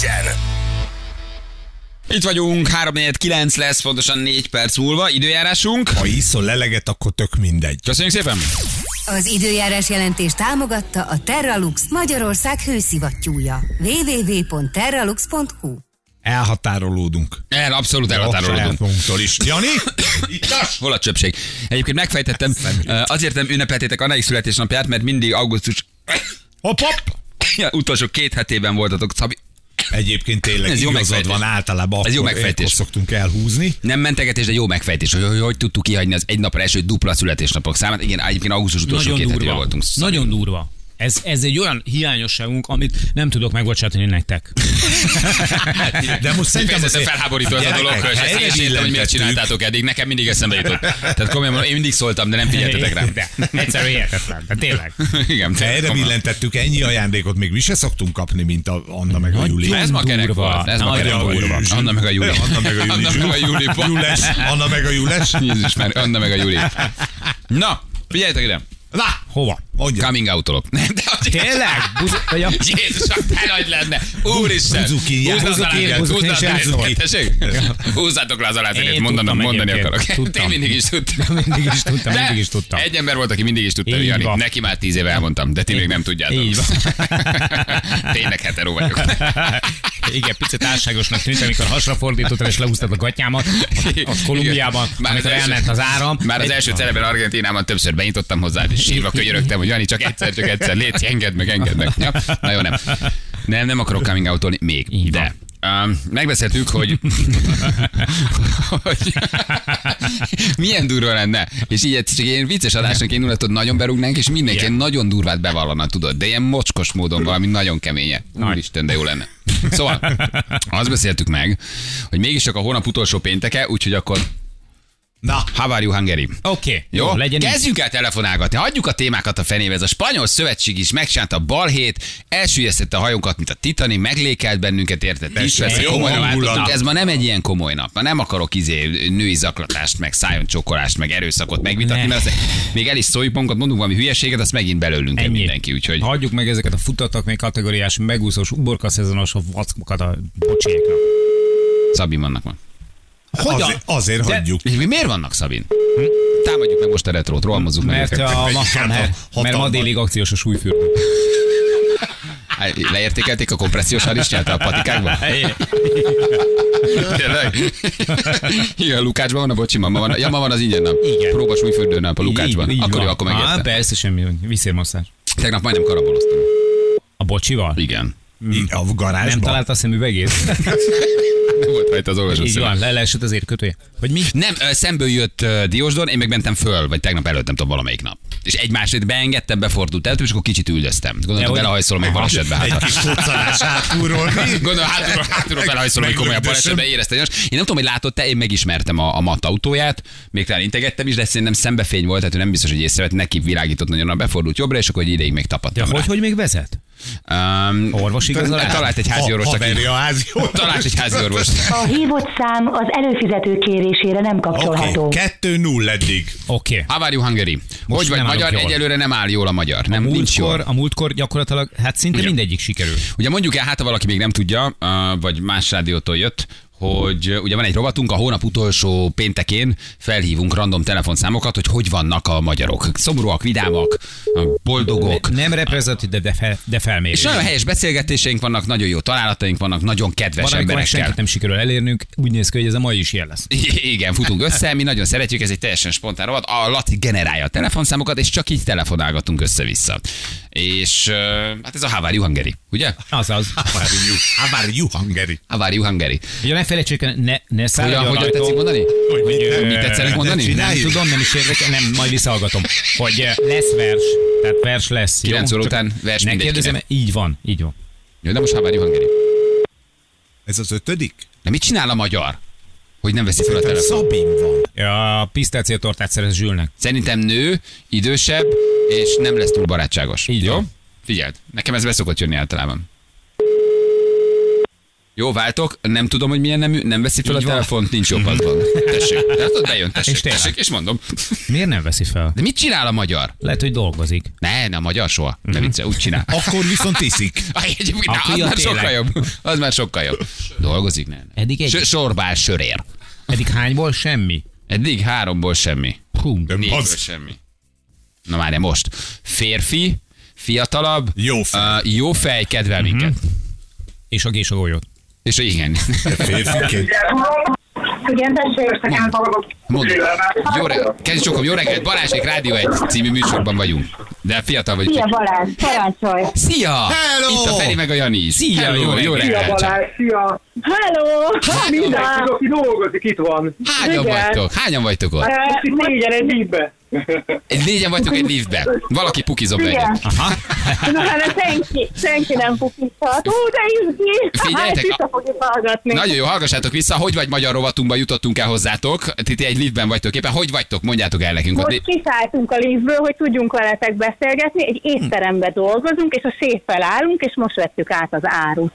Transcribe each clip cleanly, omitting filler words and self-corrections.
legyen! Itt vagyunk, 3:49 lesz, pontosan 4 perc múlva, időjárásunk. Ha iszol leleget, akkor tök mindegy. Köszönjük szépen! Az időjárás jelentést támogatta a Terralux Magyarország hőszivattyúja. www.terralux.hu. Elhatárolódunk. Abszolút elhatárolódunk. Magunktól is. Jani? Ittas? Hol a csöpség? Egyébként megfejtettem, azért nem ünnepeltétek Annáig születésnapját, mert mindig augusztus Hopp. utolsó 2 hetében voltatok, Szabi. Egyébként tényleg Ez jó igazad megfejtés. van, általában Ez jó akkor megfejtés. ekkor szoktunk elhúzni. Nem mentegetés, de jó megfejtés, hogy tudtuk kihagyni az egy napra eső dupla születésnapok számát. Igen, egyébként augusztus utolsó 2 hetében voltunk. Nagyon durva. Ez egy olyan hiányosságunk, amit nem tudok megbocsátani nektek. De most szerintem Kifejezetten felháborító ez a dolog, és ezt én sem értem, hogy miért csináltátok eddig. Nekem mindig eszembe jutott. Tehát komolyan, én mindig szóltam, de nem figyeltetek rám. De egyszerűen értetlen, de tényleg. Igen, erre billentettük, ennyi ajándékot még mi se szoktunk kapni, mint a Anna meg a Juli. Ez ma kerek durva. volt. Ez ma Nagyon kerek volt. durva. Anna meg a Juli. Anna meg a Juli. Anna meg a Juli. Jules. Anna meg a Jules. Jézus már, Anna meg a Juli. Na, figyeljetek ide. Na, Hova? mondja. Coming out-olok. Tényleg? Jézusom, te nagy lenne. Úristen. Buzuki, Húzd az Buzuki, alá, Buzuki, húzd az alá, Buzuki. tessék? Húzzátok le az alázatét, Én mondani tudtam akarok. egyébként. Én mindig is tudtam. Mindig is De tudtam. Egy ember volt, aki mindig is tudta, Így Jani. van. Neki már 10 éve elmondtam, de ti még nem tudjátok. Így van. Tényleg hetero vagyok. Igen, picit álságosnak tűnt, amikor hasra fordítottam és lehúztad a gatyámat, az Kolumbiában, amikor elment az áram. Már az első szerepben Argentinában többször benyitottam hozzád, és sírva könyörögtem, hogy Jani, csak egyszer, légy, engedd meg. Ja, na jó, nem akarok coming out-olni még, de... megbeszéltük, hogy milyen durva lenne, és így csak ilyen vicces adásnak én unatod nagyon berúgnánk, és mindenki nagyon durvát bevallana, tudod, de ilyen mocskos módon valami nagyon keménye. Úristen, de jó lenne. Szóval, azt beszéltük meg, hogy mégis csak a hónap utolsó pénteke, úgyhogy akkor Na, how are you Hungary? Oké, Jó, legyen így. kezdjünk el telefonálgatni, hagyjuk a témákat a fenébe. Ez a spanyol szövetség is megcsinálta a balhét, elsüllyesztette a hajónkat, mint a Titanic, meglékelt bennünket, érted? Is Persze, jó komolyra hangulat. váltottunk. Ez ma nem egy ilyen komoly nap. Ma nem akarok női zaklatást, meg szájon csokolást, meg erőszakot megvitatni, Ne. mert azt még el is szóljuk magunkat, mondunk valami hülyeséget, azt megint belőlünk el Ennyi. mindenki. Úgyhogy Hagyjuk meg ezeket a futtatak, még kategóriás, megúszós, uborkaszezonos vackokat a bocsiéknak. Szabin vannak ma. azért De- hagyjuk. És miért vannak, Szabin? Támadjuk meg most a retrót, rohamozzuk meg Mert, őket. mert ma délig akciós a súlyfürdő. Leértékelték a kompressziós harisnyát a patikákban? Tényleg? Igen, Lukácsban van a bocsiban, ma van az ingyen nap. Igen. Próba súlyfürdőnap a Lukácsban. Így Akkor van. jó, akkor megértem. Persze, semmi, viszérmasszázs. Tegnap majdnem karaboloztam. A bocsival? Igen. A garázsban. Nem találta a szemüvegét? Nem volt rajta az olvasó Így szöveg. van, leesett az érkötője. Hogy mi? Nem, szemből jött Diósdon, én meg mentem föl, vagy tegnap előtt, nem tudom, valamelyik nap. És egymásét beengedtem, befordult el, és akkor kicsit üldöztem. Gondoltam, hogy- belehajszolom meg balesetbe. Egy kis koccanás hátulról. Gondolom, hátulról belehajszolom, hogy komolyabb balesetbe éreztem. Én nem tudom, hogy látod te, én megismertem a Matt autóját, még talán integettem is, de szerintem szembefény volt, tehát ő nem biztos, hogy észrevett, neki világított nagyon, befordult jobbra, és akkor egy ideig még tapadtam rá. Hogy még vezet? Orvosi igazolás? Talált egy házi orvost, aki... Haverja a házi orvos. Talált egy házi orvost. A hívott szám az előfizető kérésére nem kapcsolható. Oké, 2-0 eddig. Oké. How are you Hungary? Hogy vagy nem magyar? állok jól. Egyelőre nem áll jól a magyar. Nem, nincs jól. A múltkor gyakorlatilag, hát szinte Igen. mindegyik sikerül. Ugye mondjuk el, hát ha valaki még nem tudja, vagy más rádiótól jött, hogy ugye van egy rovatunk, a hónap utolsó péntekén felhívunk random telefonszámokat, hogy vannak a magyarok. Szomorúak, vidámak, boldogok. Nem reprezentatív, de felmérés. És nagyon helyes beszélgetéseink vannak, nagyon jó találataink vannak, nagyon kedves Van, amikor emberekkel. senkit nem sikerül elérnünk, úgy néz ki, hogy ez a mai is ilyen lesz. Igen, futunk össze, mi nagyon szeretjük, ez egy teljesen spontán rovat. A Laci generálja a telefonszámokat, és csak így telefonálgatunk össze-vissza. És hát ez a How are you Hungary, ugye? Azaz. How are you Hungary? How are you Hungary? Ugye ne felejtsék el, ne szálljon Hogyan tetszik rajta, mondani? hogy Mit tetszenek mondani? nem Csináljuk. tudom, nem is érdekel, nem, majd visszahallgatom, hogy lesz vers, tehát vers lesz. 9 jó? óra Csak után vers ne mindenkinek. kérdezem, így van, így van. Jó, de most How are you Hungary? Ez az 5. De mit csinál a magyar? Hogy nem veszi fel a telefon? Szabin van. Ja, pisztáciatortát szerez Zsülnek. Szerintem nő, idősebb, és nem lesz túl barátságos. Így jó? van. Figyeld, nekem ez beszokott jönni általában. Jó, váltok, nem tudom, hogy milyen nem veszi fel a telefont, nincs jobb azban. Tessék, tehát ott bejön, tessék, és mondom. Miért nem veszi fel? De mit csinál a magyar? Lehet, hogy dolgozik. Ne, a magyar soha. Ne vicce, úgy csinál. Akkor viszont iszik. Az már sokkal jobb. Az már sokkal jobb. Dolgozik, ne. Eddig Sorbál sörér. Eddig hányból semmi? Eddig 3-ból semmi. 4-ből semmi. Na már most. Férfi, fiatalabb, jó fej, kedvel minket. És a gésogólyot. És igen. Férfiként. Igen, tessék. Mondom. Kezdj csokom, jó reggelt, Balázsék Rádió 1 című műsorban vagyunk. De fiatal vagy. Szia Balázs, parancsolj. Szia! Hello! Itt a Feri meg a Jani. Szia, Hello, jó reggelt. Szia Balázs, szia! Hello! Mindenki, aki dolgozik, itt van. Hányan vagytok ott? Négyen egy liftbe. Négyen vagytok egy liftbe. Valaki pukizom be egyet. Aha. Na hát senki nem pukizhat. De izgi! Figyeljetek, Vissza fogjuk hallgatni. nagyon jó, hallgassátok vissza, hogy vagy magyar rovatunkba jutottunk el hozzátok. Ti egy liftben vagytok éppen. Hogy vagytok? Mondjátok el nekünk. Most kiszálltunk a liftből, hogy tudjunk veletek beszélgetni. Egy étterembe dolgozunk, és a séffel állunk, és most vettük át az árut.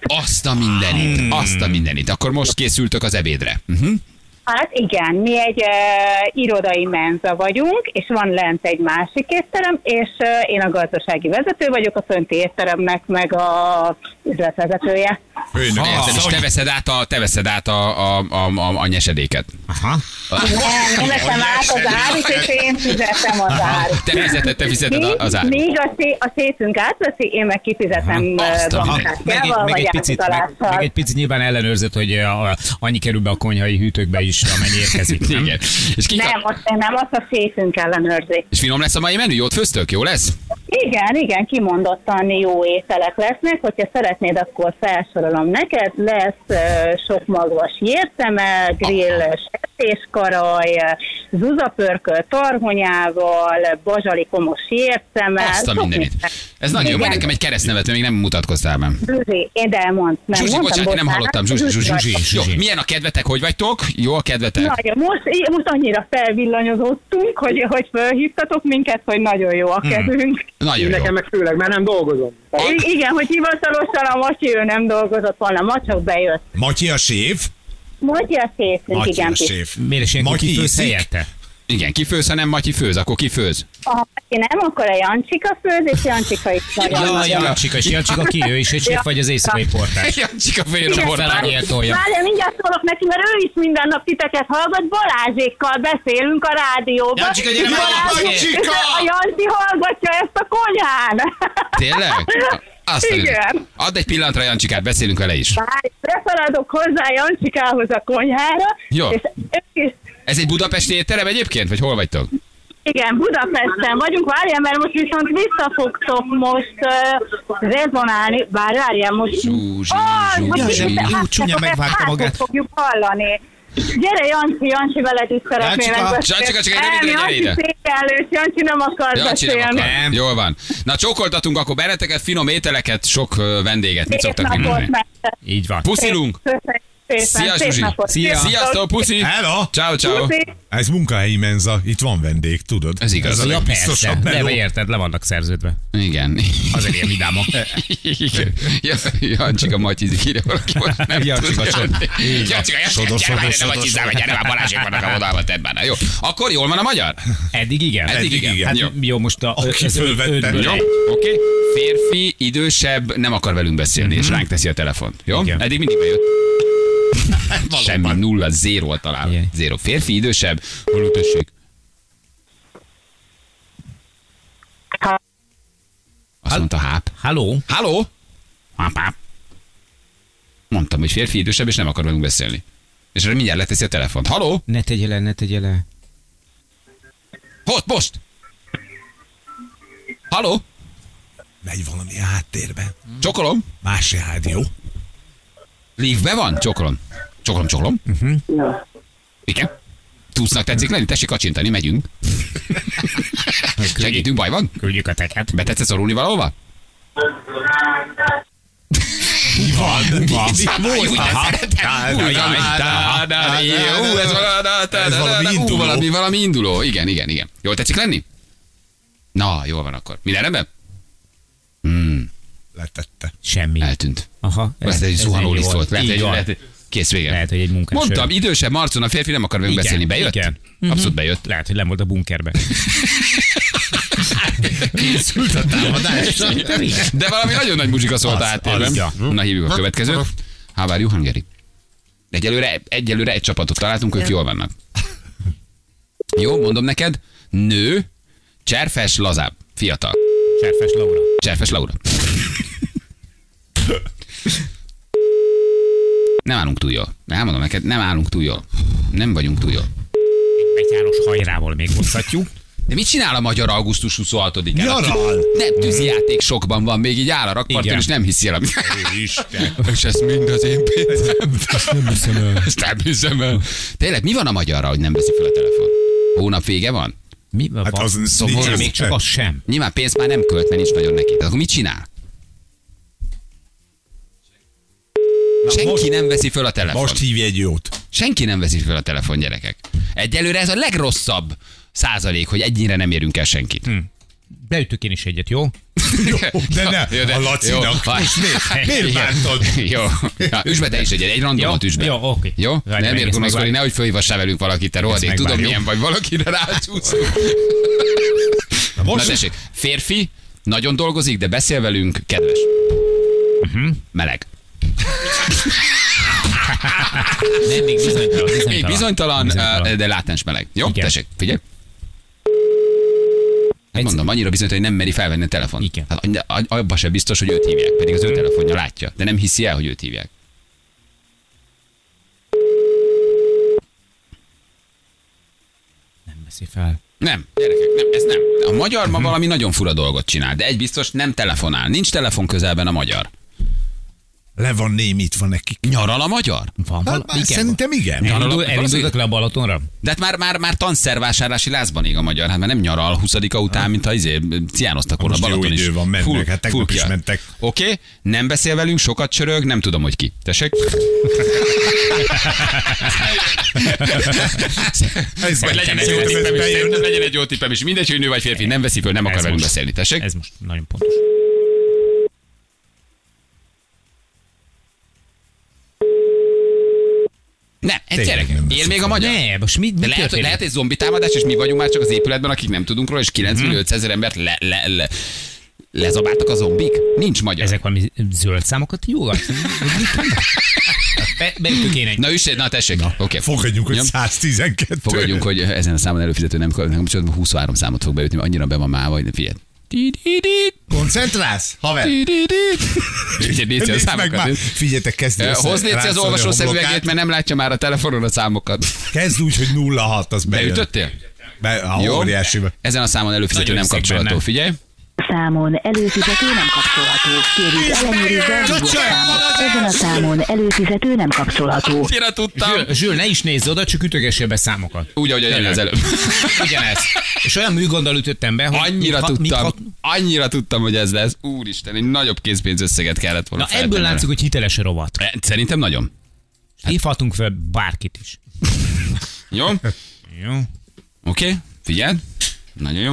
Azt a mindenit. Akkor most készültök az ebédre. Hát igen, mi egy irodai menza vagyunk, és van lent egy másik étterem, és én a gazdasági vezető vagyok, a fönti étteremnek meg a üzletvezetője. Érted, és te veszed át a nyesedéket. Aha. Nem veszem át az árut, és én fizetem az árut. Te fizeted az árut. Míg a szétünk átveszi, én meg kifizetem bankkártyával, vagy átutalással. Meg egy picit nyilván ellenőrzött, hogy annyi kerül be a konyhai hűtőkbe is, amennyi érkezik. Nem? Igen. És Nem, azt a széfünk ellenőrzi. És finom lesz a mai menü? Jót főztök? Jó lesz? Igen, kimondottan jó ételek lesznek. Hogyha szeretnéd, akkor felsorolom neked. Lesz sok magvas jérszeme, grill sertéskaraj, zuzapörkölt tarhonyával, bazsalikomos jérszeme. Azt a mindenit. Ez nagyon jó, majd nekem egy keresztnevet, még nem mutatkoztál már. Zsuzsi, én de elmondtam. Zsuzsi, bocsánat, nem hallottam. Zsuzsi. Jó, Zsuzsi. milyen a kedvetek, hogy vagytok? Jó a kedvetek? Nagyon. Most annyira felvillanyozottunk, hogy felhívtatok minket, hogy nagyon jó a kedvünk. Nagyon jó. Nekem meg főleg, mert nem dolgozom. Igen, hogy hivatalosan a Matyi, ő nem dolgozott volna, ma csak bejött. Matyi a séf? Matyi a széfünk, Matyi igen. a séf. Miért is ilyenkor Matyi kifőz iszik? helyette? Igen, ki főz, ha nem Matyi főz, akkor ki főz? Ha Matyi nem, akkor a Jancsika főz, és Jancsika is nagyon Ja, nagyon. Jancsika, és Jancsika ki? Ő is egy séf, vagy az éjszakai portás? Jancsika főjön a Igen, portál. Várjál, mindjárt szólok neki, mert ő is minden nap titeket hallgat, Balázsékkal beszélünk a rádióban. Jancsika, gyere már, Jancsika! A Jancsi hallgatja ezt a konyhán. Tényleg? Igen. Add egy pillanatra Jancsikát, beszélünk vele is. Várj, beszaladok hozzá Jancsikához a konyhára, Jó. és ők is. Ez egy budapesti étterem egyébként, vagy hol vagytok? Igen, Budapesten vagyunk, várjál, mert most viszont vissza fogtok most rezonálni, várjál, most... Zsuzsi, csúnya megvágta magát. Fogjuk hallani. Gyere, Jancsi, veled is szeretnének beszélni. Jancsi, csak egy rövidre, gyere ide. Jancsi székelős, Jancsi nem akar Jancsi nem beszélni. akar. Jól van. Na csókoltatunk akkor benneteket, finom ételeket, sok vendéget. Mit szoktak mondani? Így van. Puszilunk. Szia, Zsuzsi. Sziasztok, puszi. Hello! Ciao, ciao. Ez munkahelyi menza, itt van vendég, tudod? Ez igaz. Ez a Ja, persze. legbiztosabb De meló. érted, le vannak szerződve. Igen. Azért ilyen vidámok. Igen. Jancsika matyizik, írja valaki most nem Jancsika tudom. csod. Jancsika, ne matyizzál, vagy gyere már, Balázsék vannak a vonalba, tedd már. Jó, akkor jól van a magyar? Eddig igen. Eddig igen. Hát Jó. jó, most a... Aki fölvette. Jó, oké. Férfi, idősebb, nem akar velünk beszélni, és ránk teszi a telefont. Jó? Igen. Eddig mindig bejött. Semmi, 0, 0 talál. Igen. 0. Férfi, idősebb, hol tessék? Azt mondta háp. Halló? Halló? Háp. Mondtam, hogy férfi, idősebb, és nem akar velünk beszélni. És erre mindjárt leteszi a telefont. Halló? Ne tegye le. Hogy most? Halló? Megy valami háttérbe. Csokolom? Más rádió. Liftbe van? Csokolom. Igen? Tusznak tetszik lenni? Tessék kacsintani, megyünk. Segítünk, baj van? Küldjük a teket. Be tetszett szorulni valahova? Van. Valami induló. Igen. Jól tetszik lenni? Na, jól van akkor. Minden rendben? letette. Semmi. Eltűnt. Aha. Ez egy zuhanóliszt volt. Lehet, kész vége. Lehet, hogy egy munkás. Mondtam, idősebb Marcon, a férfi nem akar velünk beszélni. Bejött? Igen. Abszolút bejött. Lehet, hogy nem volt a bunkerbe. Készült a támadásra. De valami nagyon nagy muzsika szólt a Az, háttérben. ja. Na, hívjuk a következőt. How are you, Hungary? Egyelőre egy csapatot találtunk, ők jól vannak. Jó, mondom neked. Nő, cserfes, lazább, fiatal. Cserfes Laura. Cserfes Laura. Nem állunk túl jól. Elmondom neked, nem állunk túl jól. Nem vagyunk túl jól. Egy betyáros hajrával még hozhatjuk. De mit csinál a magyar augusztus 26-án? Nyaral. Nem, tűzijáték sokban van, még így áll a rakparton, Igen. és nem hiszi el, amit... Isten. És ez mind az én pénzem. Ezt nem hiszem el. Ezt nem hiszem el. Tényleg, mi van a magyarra, hogy nem veszi fel a telefon? Hónap vége van? Mi van? Hát az Szomorú. nincs Még csak az sem. Nyilván pénzt már nem költ, mert nincs nagyon neki. De akkor mit csinál? Senki nem veszi föl a telefon. Most hívj egy jót. Senki nem veszi föl a telefon, gyerekek. Egyelőre ez a legrosszabb százalék, hogy ennyire nem érünk el senkit. Beütök én is egyet, jó? Jó, de ne, Jó, de- a Lacinak. jó. Most miért bántod? Jó. Ja, üsd be te is egy randomot üsd be. Jó, oké. Jó? Várj, Nem meg, érünk ezt meg, megvárjuk. nehogy fölhívassál velünk valakit, te rohadék. Tudom megvárjuk. milyen vagy, valakire rácsúszunk. Na most? tessék, férfi, nagyon dolgozik, de beszél velünk, kedves. Meleg. Nem, még bizonytalan. Még bizonytalan, de látens meleg. Jó? Igen. Tessék, figyelj. Hát mondom, annyira bizonytalan, hogy nem meri felvenni a telefon. Igen. Hát abban sem biztos, hogy őt hívják, pedig az ő telefonja látja, de nem hiszi el, hogy őt hívják. Nem veszi fel. Nem, gyerekek, nem, ez nem. A magyar ma valami nagyon fura dolgot csinál, de egy biztos nem telefonál. Nincs telefon közelben a magyar. Le van némítva nekik. Nyaral a magyar? Van Hát, valami? szerintem igen. Elindultak le a Balatonra? De hát már tanszervásárlási lázban ég a magyar, hát már nem nyaral 20-a után, mint ha ciánoztak volna Most jó Balaton is. idő van, mennek, hát tegnap is mentek. Oké, nem beszél velünk, sokat csörög, nem tudom, hogy ki. Tessék? Vagy legyen egy jó tippem is, szerintem legyen egy jó tippem is. Mindegy, hogy nő vagy férfi, nem veszi föl, nem akar Ez velünk most- beszélni. Tessék? Ez most nagyon pontos. Nem, egy Tényleg gyerek. nem Él veszi még a föl. magyar? Ne, most mi De történik? lehet egy zombi támadás, és mi vagyunk már csak az épületben, akik nem tudunk róla, és 9.500.000 embert lezabáltak a zombik? Nincs magyar. Ezek valami zöld számokat jógat? Beütök én egy. Na üsséd, na tessék. Oké. Fogadjunk, hogy Jó? 112. Fogadjunk, hogy ezen a számon előfizető nem csak 23 számot fog beütni, mert annyira be van máva, hogy figyelj. Koncentrálsz, haver? Figyelj, nézd a Nézd meg már. számokat. Figyeljetek, kezd Hozd légy az olvasó szemüvegét, mert nem látja már a telefonon a számokat. Kezd úgy, hogy 06, az bejön. Beütöttél? Jó. Óriási. Ezen a számon előfizető Nagyon nem szép kapcsolható. benne. Figyelj. Számon előfizető nem kapcsolható. Kérjük ellenőrizze a hívószámot. Ezen a számon előfizető nem kapcsolható. Tira tudtam. Zsül, ne is nézz oda, csak ütögessél be számokat. Úgy, ahogy az előbb. Ugyanez. És olyan műgonddal ütöttem be, hogy... Annyira tudtam, hogy ez lesz. Úristen, egy nagyobb készpénzösszeget kellett volna Na ebből feltennem. látszik, hogy hiteles a rovat. Szerintem nagyon. Hívhatunk fel bárkit is. Jó? Jó. Oké, figyeld. Nagyon jó.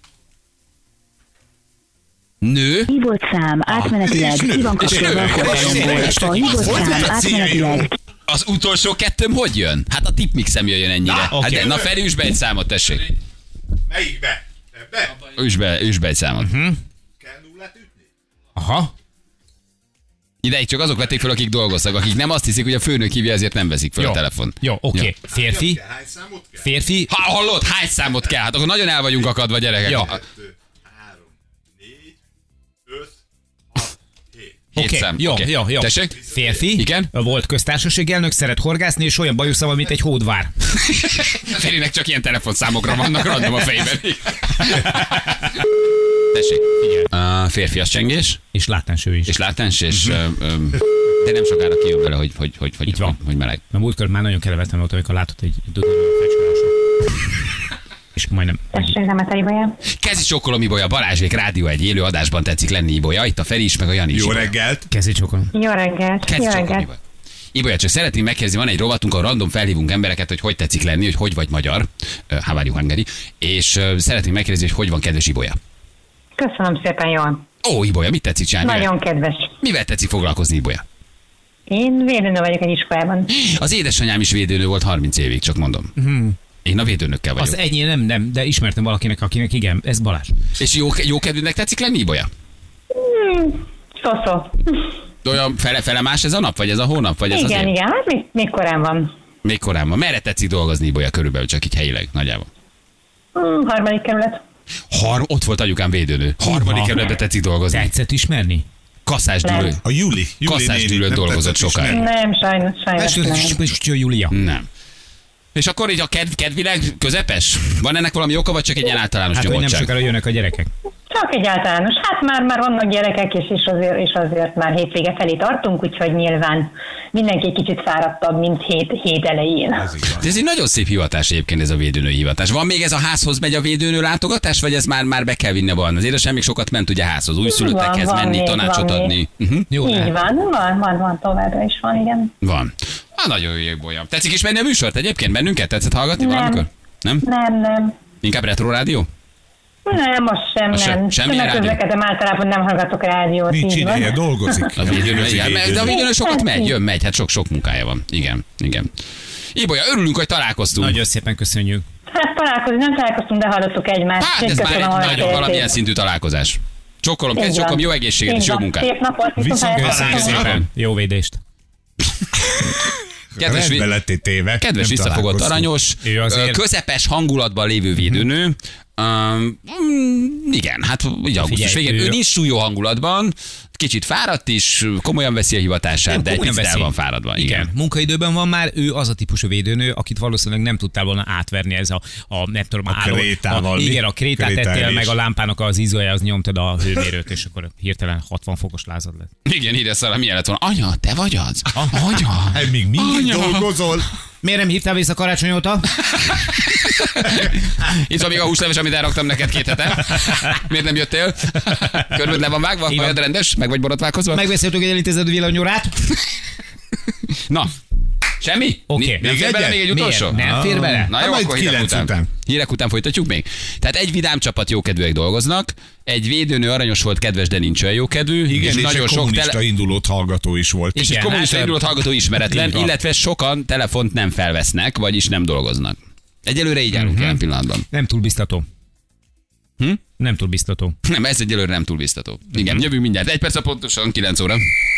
Nő. Hívott szám átmenetileg ki van kapcsolva a forgalomból. A hívott szám átmenetileg Az utolsó kettőm hogy jön? Hát a tipmixem jöjjön ennyire. Hát oké. de, na Feri, üsd be egy számot, tessék. Melyikbe? Ebbe? Üsd be egy számot. Kell nullát ütni? Aha. Ideig csak azok vették fel, akik dolgoztak, akik nem azt hiszik, hogy a főnök hívja, ezért nem veszik fel a telefon. Jó, oké. Férfi. Hány számot kell? Férfi. Ha, hallod, hány számot kell? Hát akkor nagyon el vagyunk akadva, gyerekek. Jó. 2, 3, 4, 5, 6, 7. Hét Oké, szám. jó, Oké. jó, jó. Tessék? Férfi. Igen? Volt köztársasági elnök, szeret horgászni, és olyan bajusza van, mint egy hódvár. Ferinek csak ilyen telefonszámokra vannak random a fejben. Tessék. Figyelj. Férfias csengés, És látás ő is. és látens, és de nem sokára kijön vele, Így van. hogy meleg. Mert múltkor már nagyon kellemetlen volt, amikor látott egy dudonő fecskárásra. És majdnem... Tessék, nem a Ibolya. Kezi csokkolom, Ibolya, Balázsék Rádió egy élő adásban tetszik lenni, Ibolya. Itt a Feri is, meg a Jani is. Jó Ibolya. reggelt. Kezdj csokon. Jó reggelt. Kezi Jó csokkolom, reggelt. Ibolya. Ibolya, csak szeretném megkérdezni, van egy rovatunk, ahol random felhívunk embereket, hogy tetszik lenni, hogy vagy magyar, how are you Hungary, és szeretném megkérdezni, hogy van kedves Ibolya. Köszönöm szépen, jól. Ó, Ibolya, mit tetszik csinálni? Nagyon kedves. Mivel tetszik foglalkozni, Ibolya? Én védőnő vagyok egy iskolában. Az édesanyám is védőnő volt 30 évig, csak mondom. Én a védőnökkel vagyok. Az ennyi nem, de ismertem valakinek, akinek igen, ez Balázs. És jó kedvűnek tetszik lenni, Ibolya? Szó-szó. Olyan fele más ez a nap, vagy ez a hónap, vagy ez az év? Igen, hát még korán van. Még korán van. Merre tetszik dolgozni, Ibolya, körülbelül, csak így helyileg, nagyjából? Harmadik kerület. Ott volt anyukám védőnő. Harmadik kerületben tetszik dolgozni. Tetszett ismerni? Kasszás Gyűlő. A Júli. Kasszás Gyűlőn dolgozott sokáig. Nem, sajnos nem. Júlia. Nem. És akkor így a kedvileg közepes? Van ennek valami oka, vagy csak egy ilyen általános Hát, hogy nem nyomottság? sokára jönnek a gyerekek. Csak egy általános. Hát már vannak gyerekek, és azért már hétvége felé tartunk, úgyhogy nyilván mindenki egy kicsit fáradtabb, mint hét elején. De ez egy nagyon szép hivatás egyébként, ez a védőnő hivatás. Van még ez a házhoz megy a védőnő látogatás, vagy ez már be kell vinni van? Az édesem még sokat ment ugye házhoz, újszülöttekhez Van menni, még, tanácsot van adni. Jó, Így van, továbbra is van, igen. Van. Nagyon jó, Ibolya. Tetszik ismerni a műsort egyébként? Bennünket tetszett hallgatni Nem. valamikor? Nem? Nem. Inkább retro rádió? Nem, most sem, Most sem. nem. Semmilyen rádió? Közlekedem, általában nem hallgatok rádiót. Nincs így van. ideje, dolgozik. A védőnő, igen. De a védőnő sokat Hát, megy, hát sok munkája van. Igen. Ibolya, örülünk, hogy találkoztunk. Nagyon szépen köszönjük. Hát nem találkoztunk, de hallottuk egymást. Hát ez már egy nagyon valamilyen szintű találkozás. Csokkolom, Így csokolom, van. jó egészséget Így és jó van. munkát. Szép napot, Viszont Köszönjük Köszönjük szépen. Jó védést. Kedves, Rendbe lettél téve. kedves nem visszafogott, találkoztunk. aranyos, Ő azért- közepes hangulatban lévő védőnő. Igen, hát így augusztus Figyelj, végén. ő- Ő nincs súlyó hangulatban, kicsit fáradt is, komolyan veszi a hivatását, de egy Komolyan picit el veszi. van fáradva. Igen. Munkaidőben van már, ő az a típusú védőnő, akit valószínűleg nem tudtál volna átverni ez a nem tudom, A krétával, mi? igen, a krétát tettél, Krétálés. meg a lámpának az izzója, az nyomtad a hőmérőt, és akkor hirtelen 60 fokos lázad lett. Igen, ide szalad, milyen lett volna. Anya, te vagy az? Anya. Hát még mindig Anya. dolgozol? Miért nem hívtál vissza karácsony óta? Itt van még a húsleves, amit elraktam neked 2 hete. Miért nem jöttél? Körülöd le van vágva? Így van. Hajad rendes? Meg vagy borotválkozva? Megbeszéltük egy elintézett villanyórát? Na, semmi? Oké. Nem Még fér bele egyet? még egy utolsó? Miért? Nem fér bele? Na jó, majd akkor 9 után. Hírek után folytatjuk még. Tehát egy vidám csapat jókedvűek dolgoznak, egy védőnő aranyos volt, kedves, de nincs olyan jókedvű, Igen, és nagyon egy sok kommunista indulót hallgató is volt. és egy Igen, kommunista hát, indulót hallgató ismeretlen, így van. illetve sokan telefont nem felvesznek, vagyis nem dolgoznak. Egyelőre így állunk jelen pillanatban. Nem túl biztató. Nem túl biztató. Nem, ez egyelőre nem túl biztató. Igen, jövünk mindjárt. 1 perc a pontosan 9 óra.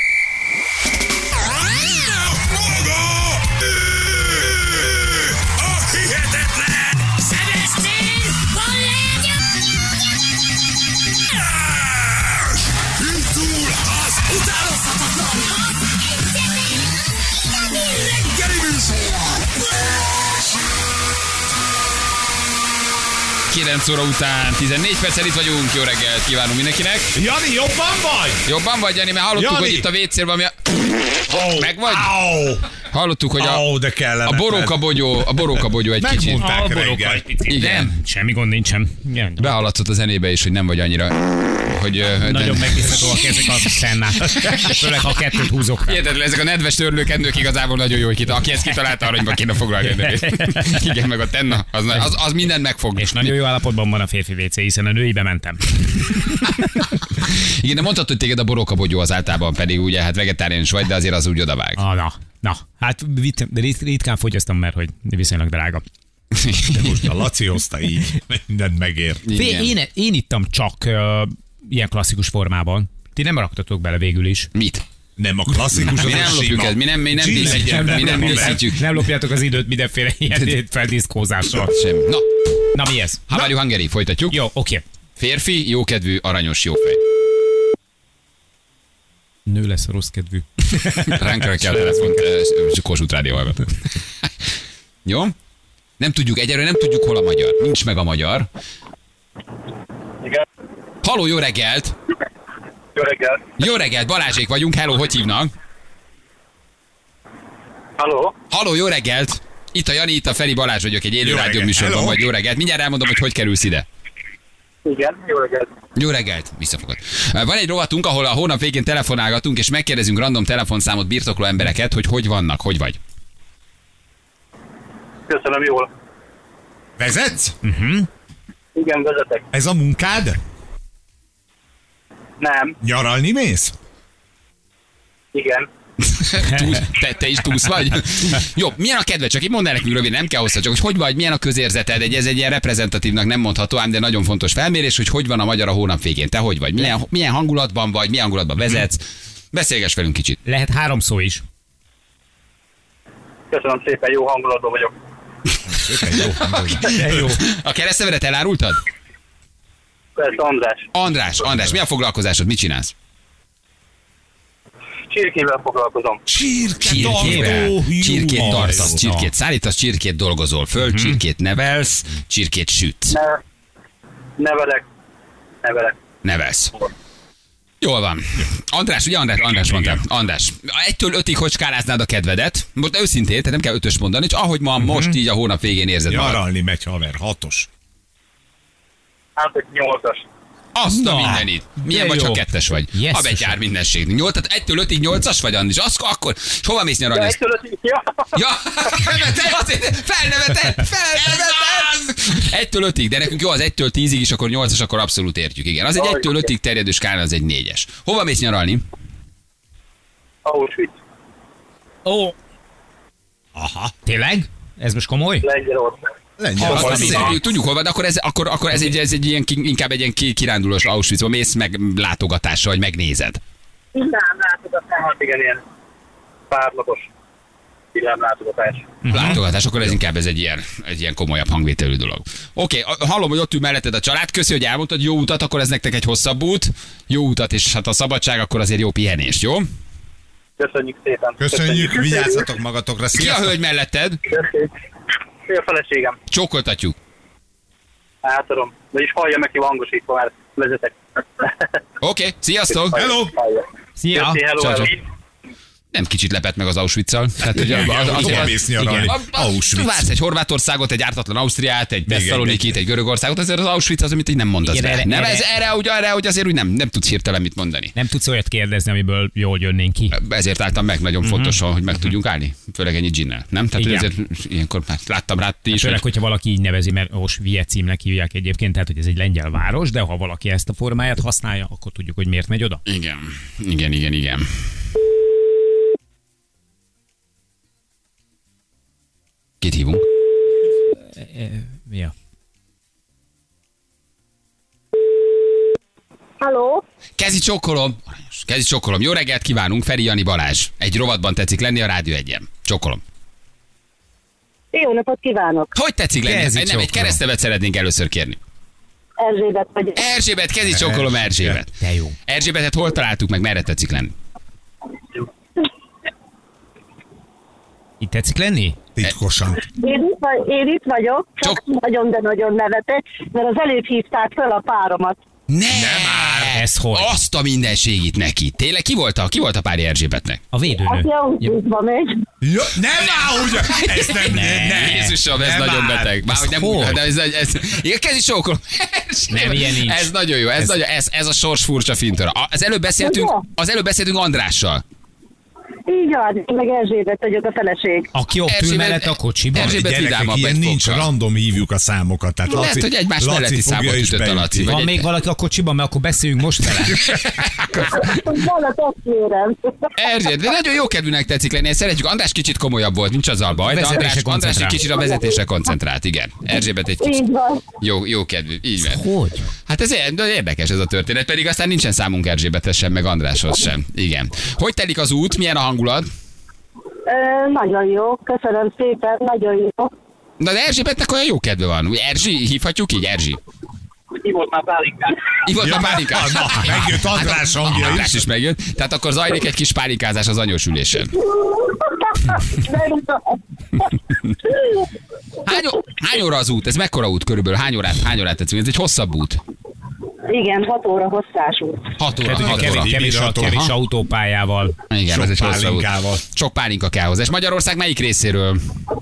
A hihetetlen! Szevesztél! Indul az utánozhatatlan! Reggeli műsor! 9 óra után 14 perccel itt vagyunk. Jó reggelt kívánunk mindenkinek. Jani, jobban vagy? Jobban vagy, Jani? Mert hallottuk, Jani! hogy itt a WC-ben valami... Meg vagy? Au! Hallottuk, hogy Au, de kellemetlen. a borókabogyó egy kicsit Megmondták boróka reggel. egy picit. Igen. Nem, semmi gond nincsen. Igen. behallatszott a zenébe is, hogy nem vagy annyira... Hogy, Nagyon megbízhatóak ezek a szennák. Főleg, ha 2-t húzok fel. hihetetlen, ezek a nedves törlőkendők igazából nagyon jó, hogy aki ezt kitalálta, aranyba kéne foglalni. Igen, meg a tenna, az mindent megfog. És nagyon jó állapotban van a férfi WC, hiszen a nőibe mentem. Igen, de mondtad, hogy téged a borókabogyó az általában pedig ugye, hát vegetáriánus vagy, de azért az úgy odavág. Na, hát ritkán fogyasztom, mert hogy viszonylag drága. A Laci hozta így. Mindent megért. Igen. Én ittam csak ilyen klasszikus formában. Ti nem raktatok bele végül is. Mit? Nem a klasszikus, az Mi nem a lopjuk sima. ezt, mi nem díszítjük, mi nem díszítjük. Nem lopjátok az időt mindenféle ilyen feldiszkózással. Sem. Na, Na mi ez? How are you Hungary? Folytatjuk. Jó, oké. Férfi, jókedvű, aranyos, jófej. Nő lesz a rossz kedvű. Ránk rakja a telefont, Kossuth Rádió hallgató. Jó? Nem tudjuk, egyelőre nem tudjuk, hol a magyar. Nincs meg a magyar. Igen. Haló, jó reggelt! Jó reggelt. Jó reggelt, Balázsék vagyunk, hello, hogy hívnak? Halló? Haló, jó reggelt! Itt a Jani, itt a Feri, Balázs vagyok, egy élő Jó rádió reggelt, műsorban hello. vagy, jó reggelt. Mindjárt elmondom, hogy kerülsz ide. Igen, jó reggelt. Jó reggelt, visszafogott. Van egy rovatunk, ahol a hónap végén telefonálgatunk, és megkérdezünk random telefonszámot birtokló embereket, hogy vannak, hogy vagy. Köszönöm, jól. Vezetsz? Igen, vezetek. Ez a munkád? Nem. Nyaralni mész? Igen. Te is túsz vagy? Jó, milyen a kedved? Csak így mondd el nekünk röviden, nem kell hozzá, csak hogy vagy, milyen a közérzeted? Ez egy ilyen reprezentatívnak nem mondható, ám de nagyon fontos felmérés, hogy van a magyar a hónap végén. Te hogy vagy? Milyen hangulatban vagy? Milyen hangulatban vezetsz? Beszélgess velünk kicsit. Lehet 3 szó is. Köszönöm szépen, jó hangulatban vagyok. Jó. A keresztnevedet elárultad? Persze, András. András, mi a foglalkozásod? Mit csinálsz? Csirkével foglalkozom. Csirkét tartasz, csirkét szállítasz, csirkét dolgozol föl, csirkét nevelsz, csirkét sütsz. Nevelek. Jól van. András, ugye András mondta. András, 1-től 5-ig hogy skáláznád a kedvedet? Most őszintén, tehát nem kell 5-ös mondani, csak ahogy ma most így a hónap végén érzed magad. Nyaralni megy, haver, 6-os. Hát egy 8-as. Azt a mindenit. Milyen vagy, ha 2-es vagy? Yes, A betyár mindenség. 8, tehát 1-től 5-ig 8-as vagy, Andris? Akkor hova mész nyaralni? Ja, felneveted! 1-től 5-ig, de nekünk jó, az 1-től 10-ig is, akkor 8-as, akkor abszolút értjük, igen. Az egy 1-től 5-ig terjedő skálán, az egy 4-es. Hova mész nyaralni? Auschwitz. Ó. Aha. Tényleg? Ez most komoly? Tudjuk hol van, de akkor ez egy ilyen, inkább egy ilyen kirándulós Auschwitzba mész meg látogatásra, vagy megnézed. Nem, látogatás. Hát igen, ilyen párnapos látogatás. Látogatás, akkor ez inkább egy ilyen komolyabb hangvételű dolog. Oké, hallom, hogy ott ül melletted a család, köszi, hogy elmondtad, jó utat, akkor ez nektek egy hosszabb út, jó utat, és hát a szabadság, akkor azért jó pihenést, jó? Köszönjük szépen. Köszönjük, vigyázzatok magatokra, Ki a sziasztok! hölgy melletted? Ő a feleségem. Csókoltatjuk. Átadom. Vagyis hallja meg, jó hangosítva, mert vezetek. Oké, sziasztok! Hello! Szia! Köszi, hello, Ciao, ciao. hello. Nem kicsit lepett meg az Auschwitz-szal. Tehát, hogy Hova mész nyaralni? Auschwitz. Vársz egy Horvátországot, egy ártatlan Ausztriát, egy Tesszalonikit, egy Görögországot, azért az Auschwitz az, amit így nem mondasz Igen, be. Nem, ez erre, hogy azért úgy nem tudsz hirtelen mit mondani. Nem tudsz olyat kérdezni, amiből jól jönnénk ki. Ezért álltam meg, nagyon fontos, hogy meg tudjunk állni. Főleg ennyi ginnel, nem? Tehát, hogy Igen. ezért ilyenkor már láttam rá ti is. Főleg, hogyha valaki így nevezi, mert Auschwitz-címnek hívják egyébként, tehát hogy ez egy lengyel város, de ha valaki ezt a formáját használja, akkor tudjuk, hogy miért megy oda. Igen. Kit hívunk? Ja. Halló? Kezi csokkolom. Jó reggelt kívánunk, Feri Jani Balázs. Egy rovatban tetszik lenni a Rádió 1-en. Csokkolom. Jó napot kívánok! Hogy tetszik lenni? Kezi Nem, egy csokkolom. keresztnevet szeretnénk először kérni. Erzsébet vagyok. Erzsébet, kezi csokkolom, Erzsébet. De jó. Erzsébetet hol találtuk meg, merre tetszik lenni? Itt tetszik lenni? Titkosan. Én itt vagyok, csak nagyon, de nagyon nevetek, mert az előbb hívták fel a páromat. Nem már. Ez hogy? Azt a mindenségit neki. Tényleg ki volt a párja Erzsébetnek? A védőnő. Aki autózba megy. Ja, nem már úgy! Ez nem. Jézusom, ez Nem nagyon már. beteg. Már, hogy nem hogy? úgy, de ez igen, kezi csókolom. Nem, ilyen nincs. Ez nagyon jó, ez a sors furcsa fintora. Az előbb beszéltünk Andrással. Így van, én meg Erzsébet vagyok a feleség. Aki ott ül mellett a kocsiban. Erzsébet Gyerekek, vidámabb ilyen egy nincs, fokkal. random hívjuk a számokat. Tehát Lehet, hogy egymás melletti számot fogja és ütött a beüti. Laci. Van Vagy még valaki a kocsiban, mert akkor beszéljünk most vele. Van a testvérem. Erzsébet, de nagyon jó kedvűnek tetszik lenni, ezt szeretjük. András kicsit komolyabb volt, nincs azzal baj, de Vezetésre András egy koncentrál. kicsit a vezetésre koncentrált, igen. Erzsébet egy kicsit Így van. jó kedvű, így van. Hogy? Hát ez érdekes ez a történet, pedig aztán nincsen számunk Erzsébethez sem, meg Andráshoz sem. Igen. Hogy telik az út, milyen a hangulat? Nagyon jó, köszönöm szépen, nagyon jó. Na de Erzsébetnek olyan jó kedve van. Úgy Erzsi, hívhatjuk így, Erzsi. Hívott már pálinkát. Hívott a pálinkát. Na, megjött András hangja András is. is megjött. Tehát akkor zajlik egy kis pálinkázás az anyós ülésen. Hány óra az út? Ez mekkora út körülbelül? Hány órát tetszünk? Ez egy hosszabb út. Igen, 6 óra hosszás út. 6 óra. Tehát ugye 6 óra. kevés Aha. autópályával. Igen, Sok ez egy hosszabb út. pálinkával. Sok pálinka kell hozzá. És Magyarország melyik részéről?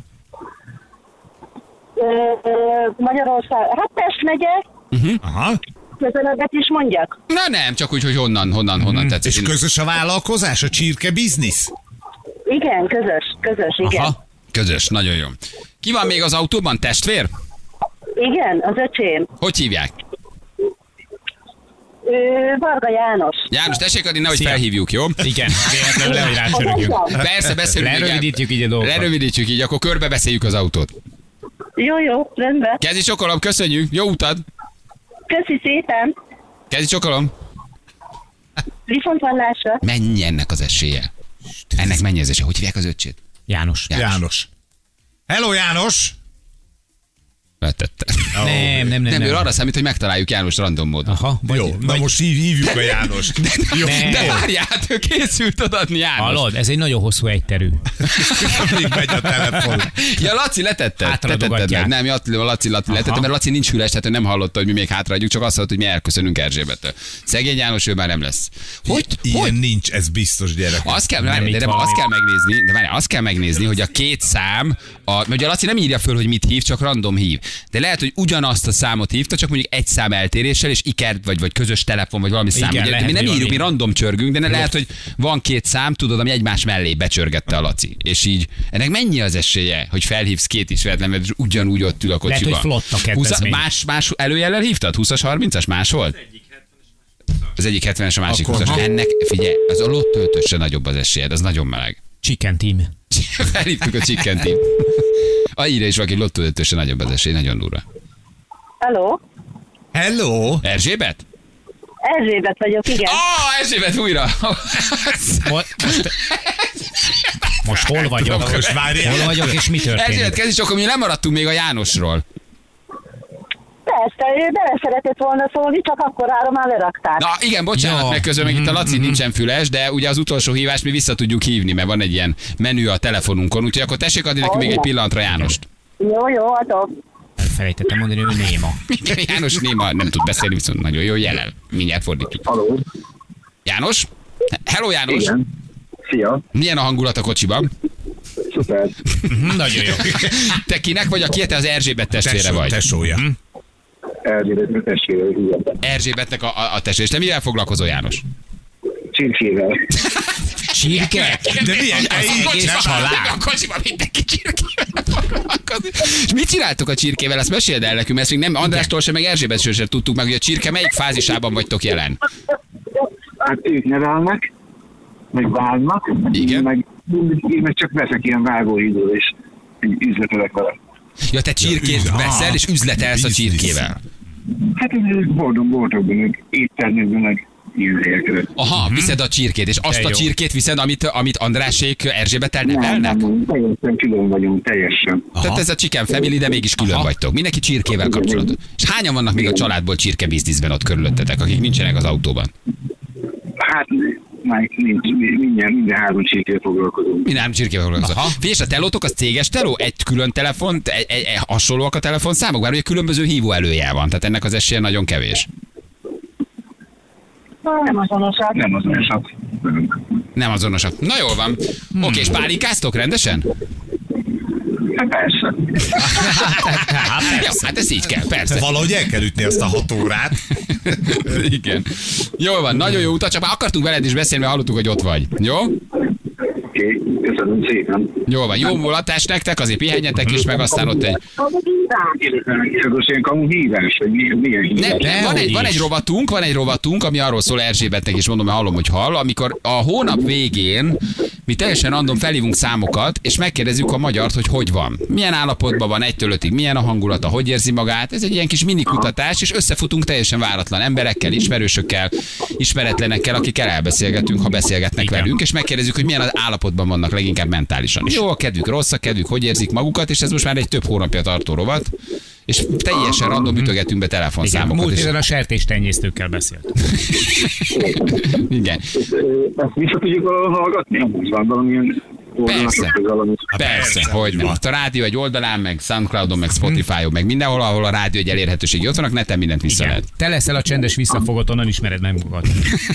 Magyarország, hát Pest megye, Aha. közelebbet is mondjak. Na nem, csak úgy, hogy honnan tetszik. És közös a vállalkozás, a csirke biznisz? Igen, közös, igen. Aha, közös, nagyon jó. Ki van még az autóban? Testvér? Igen, az öcsém. Hogy hívják? Varga János. János, tessék adni, nehogy felhívjuk, jó? Igen, véletlenül le, hogy rácsörögjünk. Persze, beszélünk. Lerövidítjük így a dolgokat. Lerövidítjük így, akkor körbe beszéljük az autót. Jó, rendben. Kezi csokolom, köszönjük, jó utad. Köszi szépen. Kezi csokolom. Viszonthallásra. Mennyi ennek az esélye? Ennek mennyi az esélye? Hogy hívják az öccsét? János. János. Hello, János! Letette. Nem. Nem, ő arra számít, hogy megtaláljuk János random módon. Aha, Jó, na most hívjuk a Jánost. Jó, De várját, ő készült odaadni János. Hallod, ez egy nagyon hosszú egyterű. még megy a telefon. Ja, Laci letetted. Hátradogatják. Nem, Laci letette, mert Laci nincs hüles, tehát ő nem hallotta, hogy mi még hátraadjuk, csak azt mondta, hogy mi elköszönünk Erzsébettől. Szegény János, ő már nem lesz. Ilyen nincs, ez biztos, gyerek. Azt kell megnézni, azt kell megnézni, hogy a két szám, mert a Laci nem írja föl, hogy mit hív, csak random hív. De lehet, hogy ugyanazt a számot hívta, csak mondjuk egy szám eltéréssel, és ikert, vagy közös telefon, vagy valami szám. Igen, Ugye, lehet, mi nem hogy írjuk, mi valami. random csörgünk, de lehet, hogy van két szám, tudod, ami egymás mellé becsörgette a Laci. És így, ennek mennyi az esélye, hogy felhívsz két ismeretlen, és ugyanúgy ott ül a kocsiba? Lehet, hogy flott a kedvezmény. Más előjellel hívtad? 20-as, 30-as? Más volt? Az egyik 70-es, a másik 20-as. Ennek, figyelj, az a lottöltösre nagyobb az esélyed, az nagyon meleg. Chicken team. Felhívtuk a Chicken Team. Annyira is valaki lottöltösre nagyobb az esély, nagyon durva. Hello! Erzsébet? Erzsébet vagyok, igen. Erzsébet újra! Most hol vagyok? Most várjál. Hol vagyok, és mi Erzsébet, történik? kezdj csak, mi lemaradtunk még a Jánosról. Persze, ő bele szeretett volna szólni, csak akkor már lerakták. Na igen, bocsánat, Jó. meg közben meg itt a Laci nincsen füles, de ugye az utolsó hívást mi vissza tudjuk hívni, mert van egy ilyen menü a telefonunkon, úgyhogy akkor tessék adni nekünk még egy pillanatra Jánost. Jó, adom. Elfelejtettem mondani, hogy ő néma. János néma nem tud beszélni, viszont nagyon jó jelel. Mindjárt fordítjuk. Halló. János? Hello János! Igen. Szia. Milyen a hangulat a kocsiban? Szuper. Nagyon jó. Te kinek vagy, aki te az Erzsébet testvére vagy? Tesója. Erzsébet testvére, hívják. Erzsébetnek a testvére. És te mivel foglalkozol, János? Csirkével. Csirke? De milyen egész család. A kocsiban mindenki csirkével foglalkozik. És mit csináltok a csirkével? Ezt meséld el nekünk, mert ezt még nem Andrástól sem, meg Erzsébetről sem tudtuk meg, hogy a csirke melyik fázisában vagytok jelen. Hát ők nevelnek, meg vágnak, Igen. meg csak veszek ilyen vágóhídról, és üzletelek vele. Ja, te csirkét veszel, és üzletelsz a csirkével. Hát ez boldog, meg éttermekben, meg ilyen helyekre. Aha, viszed a csirkét, és azt De a jó. csirkét viszed, amit Andrásék Erzsébettel nevelnek? Nem, teljesen külön vagyunk, teljesen. Tehát ez a Chicken Family, de mégis külön vagytok. Mindenki csirkével kapcsolatos. És hányan vannak még a családból csirke bizniszben ott körülöttetek, akik nincsenek az autóban? Hát, már nincs, minden három csirkével foglalkozunk. Mi nem csirkével foglalkozol. Figyelj, és a telótok az céges teló? Egy külön telefon, hasonlóak a telefonszámok? Bár ugye különböző hívó előjel van, tehát ennek az esélye nagyon kevés. Nem azonosak. Nem azonosak. Nem azonosak. Na jól van. Oké, és pálinkáztok rendesen? Hát persze. Jó, hát ez így kell, persze. Valahogy el kell ütni azt a 6 órát. Igen. Jól van, nagyon jó utat, csak már akartunk veled is beszélni, mert hallottuk, hogy ott vagy. Jó? Oké, köszönöm szépen. Jól van, jó mulatást nektek, azért pihenjetek is, meg aztán ott egy... Kérdezem, ilyen kamu hívás, vagy milyen hívás? Nem, van egy rovatunk, ami arról szól Erzsébetnek, és mondom, mert hallom, hogy hall, amikor a hónap végén mi teljesen random felhívunk számokat, és megkérdezzük a magyart, hogy van. Milyen állapotban van 1-től 5-ig, milyen a hangulata, hogy érzi magát. Ez egy ilyen kis minikutatás, és összefutunk teljesen váratlan emberekkel, ismerősökkel, ismeretlenekkel, akikkel elbeszélgetünk, ha beszélgetnek velünk, és megkérdezzük, hogy milyen az állapotban vannak leginkább mentálisan. Jó a kedvük, rossz a kedvük, hogy érzik magukat, és ez most már egy több hónapja tartó rovat. És teljesen random ütögetünk be telefonszámokat. Múlt és... héten a sertéstenyésztőkkel beszélt. Igen. Ezt vissza tudjuk hallgatni? Amúgy van valamilyen Persze. Persze, hogy nem. A rádió egy oldalán, meg Soundcloudon, meg Spotify-on, meg mindenhol, ahol a rádió egy elérhetőségi ott vannak, neten mindent vissza lehet. Te leszel a csendes visszafogott, onnan ismered meg magad.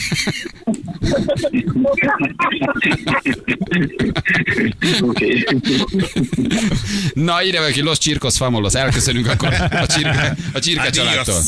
Oké. Na, ide vagy ki Los Csirkos Famolos, elköszönünk akkor a csirke családtól.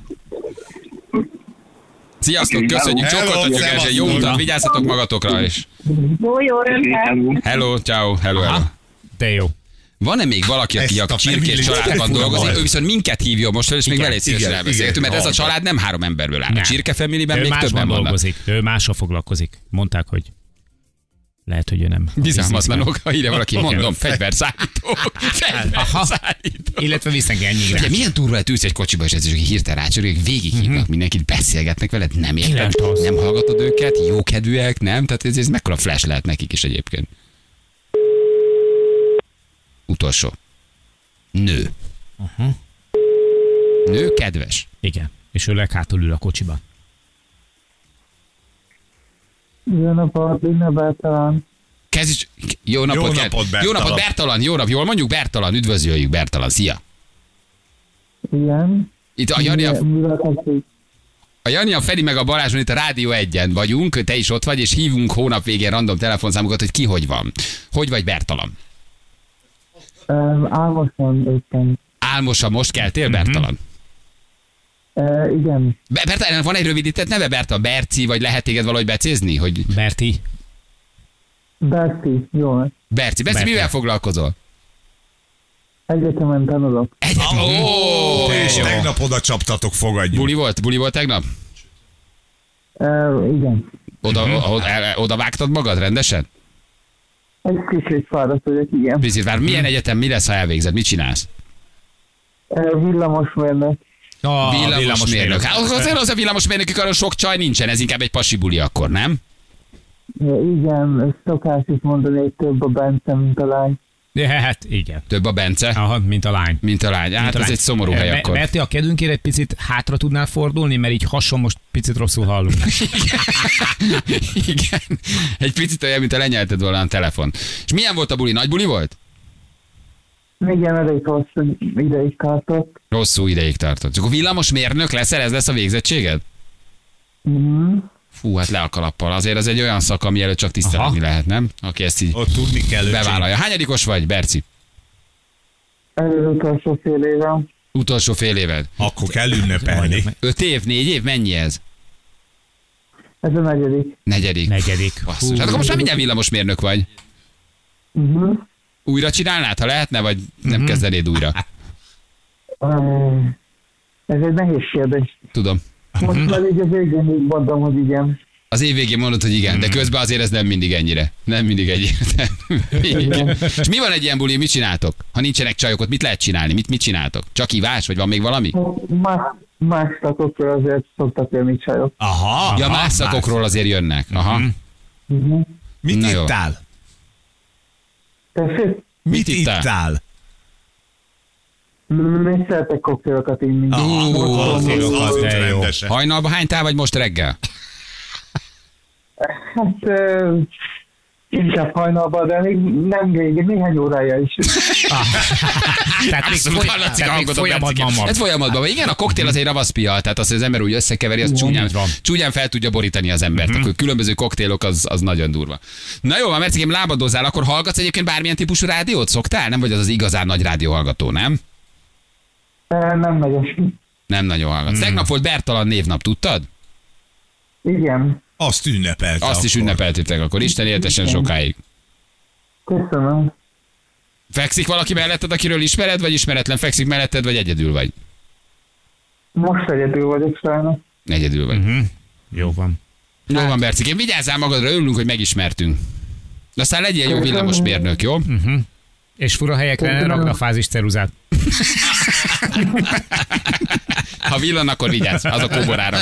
Sziasztok, köszönjük, Hello, csókoltatjuk Erzsé, jó utat, vigyázzatok magatokra is. Jó, rendben. Hello, ciao, hello. De jó. Van-e még valaki, aki Ezt a a csirkés Family családban Guy dolgozik, fura ő viszont minket hívjon most fel, és még Igen, vele szívesen igen, elbeszélgetünk, mert igen. ez a család nem 3 emberből áll. A Nem. Csirke Familyben Ő még másban többen vannak. dolgozik. Ő mással foglalkozik. Mondták, hogy lehet, hogy ő nem. Bizalmatlanok, ha ide valaki, Igen. mondom, fegyverszállító. Fegyverszállító. Illetve visznek Ugye, ennyire. milyen durva lehet ülsz egy kocsiba, és ez is hirtelen rácsörög, végighívnak mindenkit, beszélgetnek veled, nem érted, 9-től. nem hallgatod őket, jókedvűek, nem? Tehát ez mekkora flash lehet nekik is egyébként. Utolsó. Nő. Nő kedves. Igen. És ő leghátul ül a kocsiban. Jó napot, ünnepeltelen. Kezdj, jó napot, Jó Ken. napot, Bertalan. Jó napot, Bertalan, jó nap, jól mondjuk Bertalan, üdvözöljük Bertalan, szia. Igen. Itt a Jani, a Feri meg a Balázson itt a Rádió 1-en vagyunk, te is ott vagy, és hívunk hónap végén random telefonszámokat, hogy ki hogy van. Hogy vagy Bertalan? Álmosan éppen. Álmosan most keltél, Bertalan? Igen. Bertalan, van egy rövidített neve, Bertalan? Berci, vagy lehet téged valahogy becézni? Hogy Berti. Berti, jó. Berci, Berti. mivel foglalkozol? Egyetemen tanulok. Ó, És jó. tegnap oda csaptatok, fogadjuk. Buli volt tegnap? Igen. Oda vágtad magad rendesen? Egy kicsit fáradt vagyok, igen. Picit vár, milyen egyetem, mi lesz, ha elvégzed? Mit csinálsz? Villamosmérnök. Villamosmérnök. Hát azért az a villamosmérnökük, arra sok csaj nincsen, ez inkább egy pasi buli akkor, nem? Igen, szokás is mondani, hogy több a Bence, mint a lány. Hát igen. Több a Bence, Aha, mint a lány. mint a lány. Hát ez egy szomorú hely akkor. Berti, a kedünkért egy picit hátra tudnál fordulni, mert így hason most picit rosszul hallunk. Igen. Egy picit olyan, mint a lenyelted volna a telefon. És milyen volt a buli? Nagy buli volt? Igen, elég hosszú ideig tartott. Hosszú ideig tartott. Akkor villamosmérnök leszel, ez lesz a végzettséged? Mhm. Fú, hát le a kalappal. Azért ez egy olyan szak, ami előtt csak tisztelni lehet, nem? Aki ezt így Ott tudni kell, bevállalja. Hányadikos vagy, Berci? Ez az utolsó fél évem. Utolsó fél éved. Akkor kell ünnepelni. 5 év, 4 év, mennyi ez? Ez a negyedik. Negyedik. Basszus. Hát akkor most már mindjárt villamosmérnök vagy. Uh-huh. Újra csinálnád, ha lehetne, vagy nem kezdenéd újra? Ez egy nehéz kérdés. Tudom. Most már így az végén így mondom, hogy igen. Az év végén mondod, hogy igen, de közben azért ez nem mindig ennyire. Nem mindig egyértelmű. És mi van egy ilyen buli, mit csináltok? Ha nincsenek csajok, ott mit lehet csinálni? Mit csináltok? Csak ivás, vagy van még valami? Más szakokról azért szoktak jönni csajok. Aha. Ja, más szakokról azért jönnek. Aha. Uh-huh. Mit Na jó. ittál? Tessék? Mit ittál? ittál? Még szeretek koktélokat inni. Az de jó. rendesen. Hajnalban hánytál, vagy most reggel? Hát inkább hajnalban, de még nem végig, néhány órája is. Tehát még Abszolút hallatszik a hangodon, folyamatban Bercike. van. Ez folyamatban van. Igen, a koktél azért ravaszpia, tehát azt, hogy az ember úgy összekeveri, az csúnyán fel tudja borítani az embert. Akkor különböző koktélok, az nagyon durva. Na jó, Bercikém, lábadozzál, akkor hallgatsz egyébként bármilyen típusú rádiót? Szoktál? Nem vagy az igazán nagy rádióhallgató, nem? Nem nagyon. Nem nagyon hallgatsz. Tegnap volt Bertalan névnap, tudtad? Igen. Azt ünnepelte. Azt is akkor. ünnepeltétek akkor. Isten éltessen sokáig. Köszönöm. Fekszik valaki melletted, akiről ismered, vagy ismeretlen fekszik melletted, vagy egyedül vagy? Most egyedül vagyok sajnos. Egyedül vagy. Jó van. Jó van, Bercikém, vigyázzál magadra, örülünk, hogy megismertünk. De aztán legyél jó villamosmérnök, jó? És fura helyekre ne rakd a fázis ceruzát. Ha villan, akkor vigyázz, az a kóborára.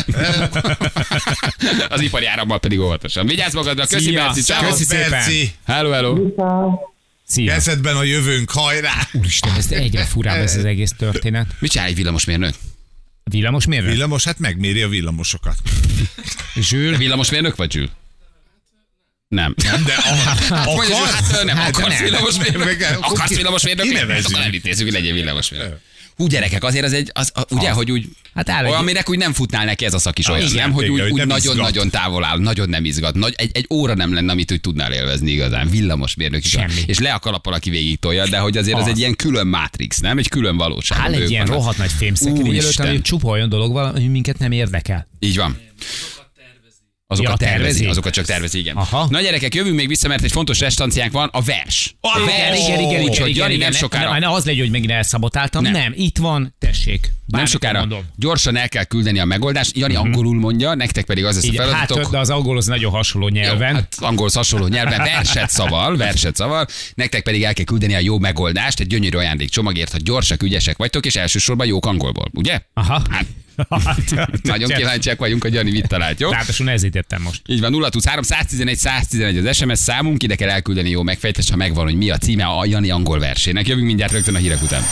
Az ipari árammal pedig óvatosan. Vigyázz magadra, köszi Szia. Berci, ciao. Köszi szépen. Berci, Hello. Szia. kezedben a jövőnk, hajrá! Úristen, ez egyre furább ez az egész történet. Mit csinál egy villamosmérnök? Villamosmérnök? Villamos, hát megméri a villamosokat. Zsűr? Villamosmérnök vagy, Zsül? Nem. De Mondja, Zsül, hát nem, Hát akarsz nem. villamosmérnök? Akarsz villamosmérnök? Kinevezzük. Akkor elintézzük, hogy legyél villamosmérnök. Hú, gyerekek, azért az egy, ugye, hogy úgy, Hát áll egy- aminek úgy nem futnál neki ez a szak is olyan, igen, nem? Hogy igen, hogy úgy nem nagyon-nagyon izgat. távol áll, nagyon nem izgat. Egy óra nem lenne, amit úgy tudnál élvezni igazán. Villamosmérnök is. Semmi. És le a kalappal, aki végig tolja, de hogy azért az egy ilyen külön Matrix, nem? Egy külön valóság. Áll egy ilyen rohadt nagy fémszekrény előtt, Úristen. ami csupa olyan dolog, valami minket nem érdekel. Így van. Azokat Ja, tervezi, tervezi? azokat csak tervezi, igen. Aha. Na gyerekek, jövünk még vissza, mert egy fontos restanciánk van, a vers. A vers! Úgyhogy Jani nem sokára... Ne az legyen, hogy megint elszabotáltam. Nem, itt van, tessék. Nem sokára gyorsan el kell küldeni a megoldást. Jani angolul mondja, nektek pedig az lesz a feladatok. Hát, de az angolhoz nagyon hasonló nyelven. Jó, hát angolhoz hasonló nyelven verset szaval. Nektek pedig el kell küldeni a jó megoldást, egy gyönyörű ajándékcsomagért, ha gyorsak, ügyesek vagytok, és elsősorban jók angolból, ugye? Aha. Hát, nagyon kíváncsiak vagyunk, hogy Jani mit talált, jó? Ráadásul nehezítettem most. Így van, 023 111 111 az SMS számunk, ide kell elküldeni jó megfejtést, ha megvan, hogy mi a címe a Jani angol versének. Jövünk mindjárt rögtön a hírek után.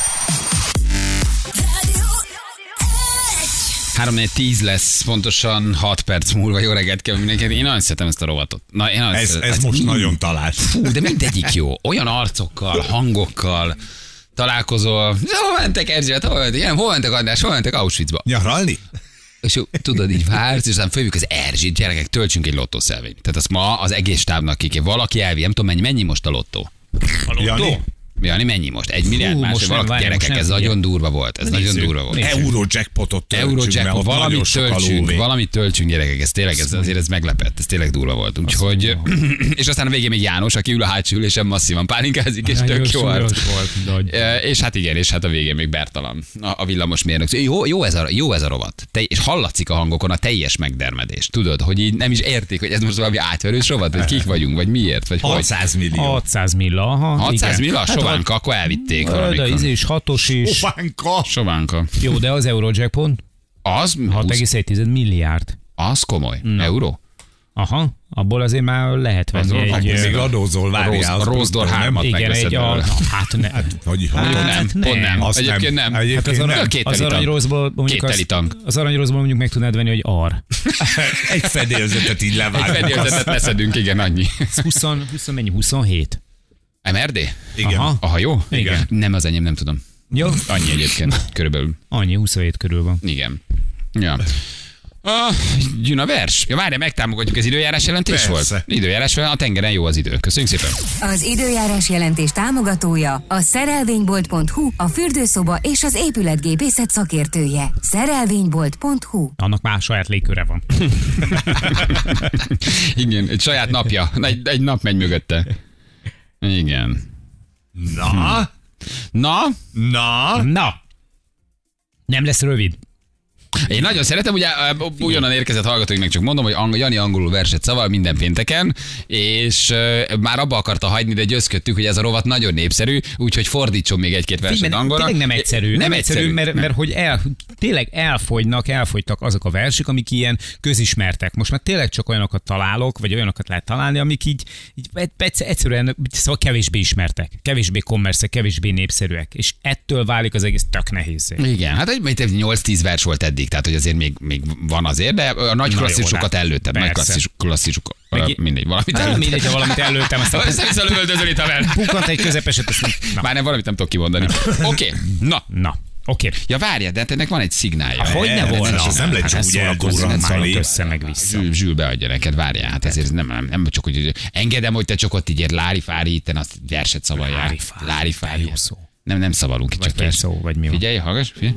3-4-10 lesz, pontosan 6 perc múlva. Jó reggelt kell mindenkinek. Én nagyon szeretem ezt a rovatot. Ez most nagyon talált. Fú, de mindegyik jó. Olyan arcokkal, hangokkal találkozol. Hol mentek, Erzsébet? Hol mentek, András? Hol mentek Auschwitzba? Nyaralni? És tudod, így vársz, és aztán fölvük az Erzsit, gyerekek, töltsünk egy lottószelvényt. Tehát azt ma az egész stábnak valaki elvi, nem tudom mennyi most a lottó. Jani, mennyi most? 1 milliárd más, valaki gyerekek, ez nagyon durva volt. Ez nagyon durva volt. Eurojackpotot töltsünk, valamit töltsünk, gyerekek, ez tényleg, azért ez meglepett, ez tényleg durva volt. Úgyhogy, és aztán a végén még János, aki ül a hátsó ülésen, masszívan pálinkázik, és tök jó arc. És hát igen, és hát a végén még Bertalan, a villamosmérnök. Jó ez a rovat. És hallatszik a hangokon a teljes megdermedés. Tudod, hogy így nem is értik, hogy ez most valami átverős rovat, vagy kik vagyunk, vagy miért, vagy 600 millió. 600 millió, aha. 600 millió? Sovánka, akkor elvitték valamikor. De is, 6-os is. Sovánka. Jó, de az Eurojackpot? Az 6,1 milliárd. Az komoly. Euró? Aha, abból azért már lehet venni egy... Még adózol, várjál. A Rózdor 3-at megveszed belőle. Pont nem. Egyébként nem. Az aranyrózból mondjuk meg tudnád venni, hogy ar. Egy fedélzetet így levágunk. Egy fedélzetet leszedünk, igen, annyi. 27. MRD? Igen. Aha, jó? Igen. Nem az enyém, nem tudom. Jó. Annyi egyébként, körülbelül. Annyi, 27 körül van. Igen. Ja. Jön a vers. Ja, várjál, megtámogatjuk, ez időjárás jelentés volt? Időjárás, a tengeren jó az idő. Köszönjük szépen. Az időjárás jelentés támogatója a szerelvénybolt.hu, a fürdőszoba és az épületgépészet szakértője. Szerelvénybolt.hu. Annak már saját légköre van. Igen, egy saját napja. Egy nap megy mögötte. Igen. Na? Nem lesz rövid. Én nagyon szeretem, ugye ugyanan érkezett hallgatóinknak csak mondom, hogy Jani angolul verset szaval minden pénteken, és már abba akarta hagyni, de győzködtük, hogy ez a rovat nagyon népszerű, úgyhogy fordítson még egy-két verset angolra. Tényleg nem egyszerű. Nem egyszerű, mert hogy tényleg elfogytak azok a versek, amik ilyen közismertek. Most már tényleg csak olyanokat találok, vagy olyanokat lehet találni, amik így egyszerűen szóval kevésbé ismertek, kevésbé kommerszek, kevésbé népszerűek, és ettől válik az egész tök nehéz. Igen, hát 8-10 vers volt eddig, tehát hogy azért még van azért, de a nagy klasszisusokat előttem. Nagy klasszisuk, mindegy, valamit előttem. Mindegy, ha valamit előttem, aztán össze-vissza lövöldözöl itt a ver. Pukkant egy közepeset, aztán... Már nem, valamit nem tudok kimondani. Oké, na. Oké. Ja, várjál, de ennek van egy szignálja. Hogyne volna? Az nem lehet csak úgy elgurrantani. Össze meg vissza. Zsül beadja neked, várjál, hát ezért nem csak úgy, engedem, hogy te csak ott így lári-fári, itten azt verset szavaljál. Lári-fári. Nem szavalunk itt, csak vagy szó, vagy mi van. Figyelj, hallgass, figyelj.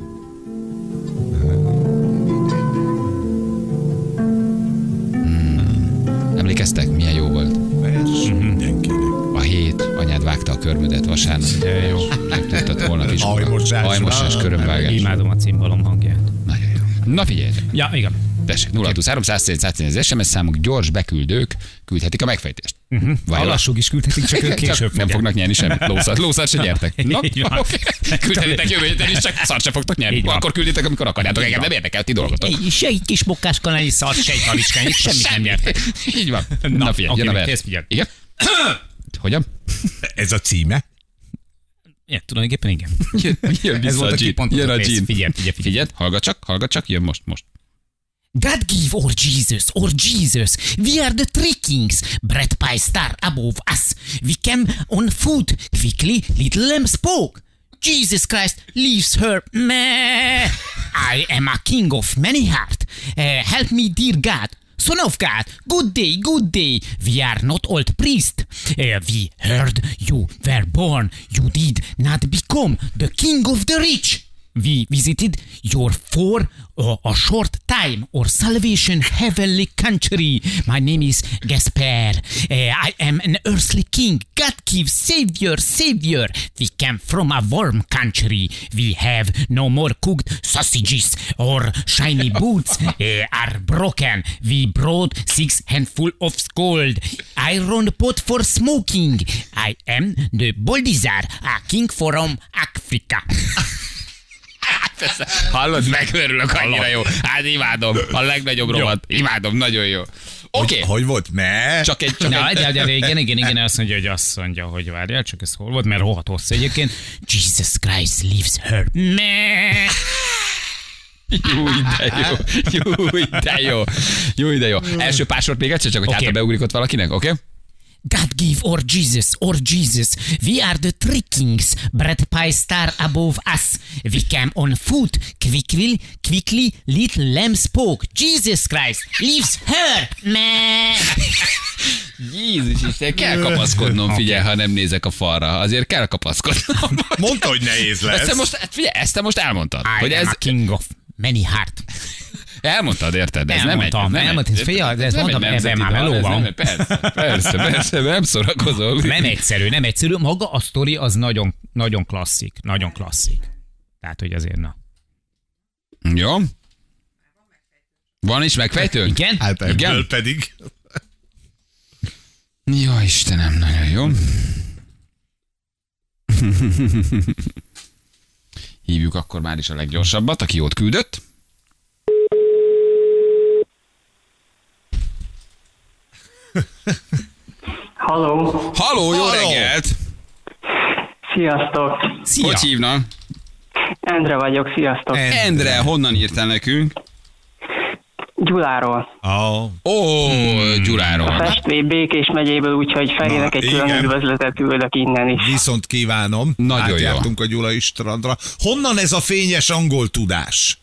Emlékeztek, milyen jó volt? Mindenkinek. A hét, anyád vágta a körmödet vasárnap. Jó. Nem tudtad holnap is. Hajmosás, körömvágás. Imádom a cimbalom hangját. Nagyon jó. Na figyelj. Ja, igen. Tessék, 023 140 az SMS számunk, gyors beküldők küldhetik a megfejtést. A lassúk is küldhetik, csak ők később nem fognak nyerni semmit. Lószart se nyertek. Na, küldhetek jövő héten is, csak szart se fogtok nyerni. Akkor külditek, amikor akarjátok. Engem nem érdekel, ti dolgotok. Egy kis bokkáskanályi szart, se egy talicskányit, semmit nem nyertek. Így van. Na figyelj, jön a vers. Igen? Hogyan? Ez a címe? Ja, tulajdonképpen igen. Jön Ez volt a kipontott rész. Figyelj, hallgat csak, jön most. God give, or Jesus, we are the three kings, bread pie star above us. We came on foot, quickly, little lamb spoke. Jesus Christ leaves her, meh. I am a king of many heart. Help me, dear God. Son of God, good day. We are not old priest. We heard you were born. You did not become the king of the rich. we visited your for a short time or salvation heavenly country. My name is Gaspar. I am an earthly king. God gives savior. We came from a warm country. We have no more cooked sausages or shiny boots are broken. We brought 6 handful of gold. Iron pot for smoking. I am the Boldizar, a king from Africa. Hallod, megörülök, annyira jó. Hát imádom, a legnagyobb rovat. Imádom, nagyon jó. Oké. Hogy volt? Csak egy... Igen, azt mondja, hogy várjál, csak ez hol volt, mert rohadt hosszú egyébként. Jesus Christ leaves her. Jó, de jó. Első pár még egyszer, csak hogy hátra beugrik ott valakinek, oké? God give or Jesus, we are the three kings, bread pie star above us. We came on foot, quickly, little lamb spoke. Jesus Christ, leaves her, man. Jézus Isten, kell kapaszkodnom, figyelj, ha nem nézek a falra. Azért kell kapaszkodnom. Mondta, hogy nehéz lesz. Ezt te most elmondtad. I hogy am a king of many heart. Elmondtad, érted? Ez elmondtam, de ez mondtam, ebben már meló van. Persze, nem szórakozol. Nem egyszerű. Maga a sztori az nagyon klasszik. Tehát, hogy azért na. Jó. Van is megfejtőnk? Igen? Hát ebből pedig. Jó, Istenem, nagyon jó. Hívjuk akkor már is a leggyorsabbat, aki jót küldött. Halló, jó reggelt! Sziasztok! Szia. Hogy hívnak? Endre vagyok, sziasztok! Endre, honnan írtál nekünk? Gyuláról. Gyuláról. A Festvény Békés megyéből, úgyhogy Ferinek egy külön üdvözletet küldök innen is. Viszont kívánom. Nagyon jó. Átjártunk a Gyulai strandra. Honnan ez a fényes angol tudás?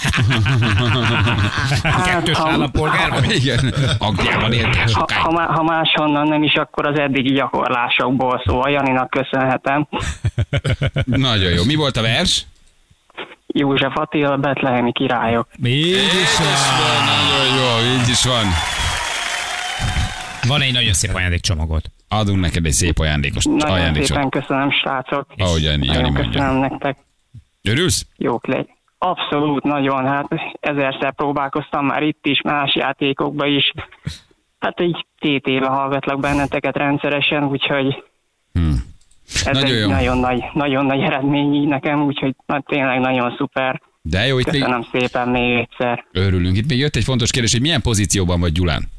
Kettős állampolgár? Igen, Angliában éltél sokáig. Ha máshonnan nem is, akkor az eddigi gyakorlásokból, szóval Janinak köszönhetem. Nagyon jó. Mi volt a vers? József Attila, betlehemi királyok. Így is van. Nagyon jó, így is van. Van egy nagyon szép ajándékcsomagot. Adunk neked egy szép Nagyon szépen köszönöm, srácok. Ahogy Jani mondja. Köszönöm nektek. Örülsz? Jók legy. Abszolút, nagyon. Hát ezerszer próbálkoztam már itt is, más játékokban is. Hát egy 2 éve hallgatlak benneteket rendszeresen, úgyhogy ez nagyon nagy eredmény így nekem, úgyhogy tényleg nagyon szuper. De jó, itt köszönöm szépen még egyszer. Örülünk. Itt még jött egy fontos kérdés, hogy milyen pozícióban vagy Gyulán?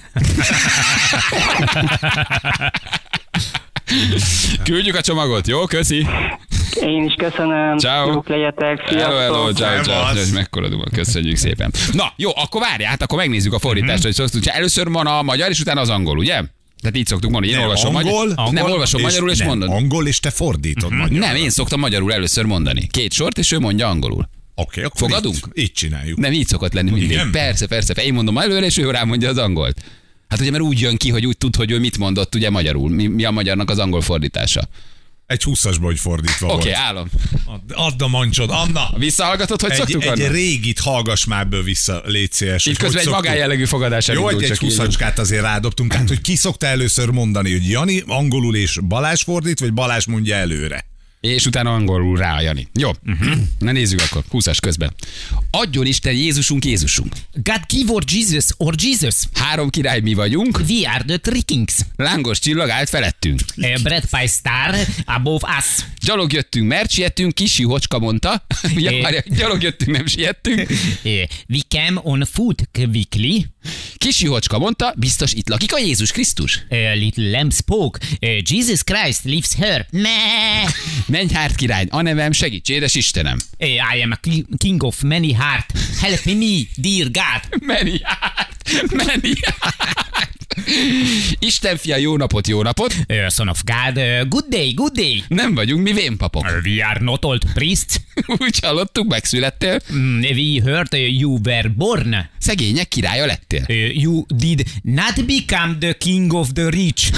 Küldjük a csomagot, jó? Köszi. Én is köszönöm. Ciao. Jók legyetek. Sziasztok. Ciao. Mekkora duma, köszönjük szépen. Na, jó, akkor várjál, hát akkor megnézzük a fordítást, hogy szoktuk. Először van a magyar, és utána az angol, ugye? Tehát így szoktuk mondani, én olvasom magyarul, és mondod. Angol, és te fordítod magyarul. Nem, én szoktam magyarul először mondani. 2 sort, és ő mondja angolul. Oké, akkor fogadunk? Így csináljuk. Nem, így szokott lenni mindig. Igen? Persze. Én mondom előre, és ő rámondja az angolt. Hát ugye, mert úgy jön ki, hogy úgy tud, hogy ő mit mondott ugye magyarul. Mi a magyarnak az angol fordítása? Egy 20-asból, hogy fordítva volt. Oké, állom. Add a mancsod, Anna! Visszahallgatod, hogy szoktuk, Anna? Egy régit hallgass már ből vissza, légy szíves. Itt közben egy magánjellegű fogadás. Jó, egy 20-acskát azért rádobtunk. Hát, hogy ki szokta először mondani, hogy Jani angolul és Balázs fordít, vagy Balázs mondja előre? És utána angolul rá, Jani. Jó, na nézzük akkor, 20-as közben. Adjon Isten Jézusunk. God give or Jesus. 3 király mi vagyunk. We are the three kings. Lángos csillag állt felettünk. Bread pie star above us. Gyalog jöttünk, mert siettünk, kisi hocska mondta. Gyalog jöttünk, nem siettünk. We came on foot quickly. Kisi hocska mondta, biztos itt lakik a Jézus Krisztus. Little lamb spoke. Jesus Christ leaves her. Menj hárt király, a nevem segíts, édes Istenem. I am a king of many heart. Help me, dear God. Many heart. Isten fia, jó napot. Son of God, good day. Nem vagyunk mi vénpapok. We are not old priests. Úgy hallottuk, megszülettél. We heard you were born. Szegények királya lettél. You did not become the king of the rich.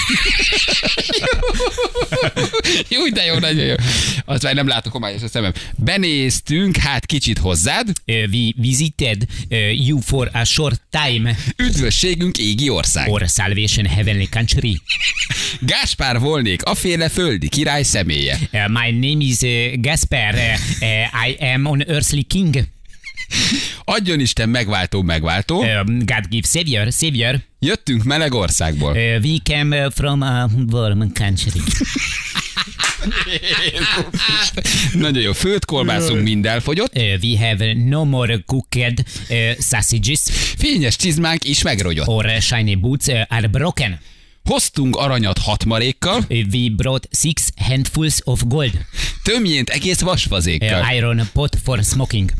Jó, de jó, nagyon jó. Azt már nem látok homályos a szemem. Benéztünk, hát kicsit hozzád. We visited you for a short time. Üdvösségünk égi ország. Or salvation heavenly country. Gáspár volnék, a féle földi király személye. My name is Gaspar. I am an earthly king. Adjon Isten megváltó. God give savior. Jöttünk meleg országból. We came from a warm country. Nagyon jó. Földkolbászunk mind elfogyott. We have no more cooked sausages. Fényes csizmánk is megrogyott. Or shiny boots are broken. Hoztunk aranyat 6 marékkal. We brought 6 handfuls of gold. Tömjént egész vasfazékkal. Iron pot for smoking.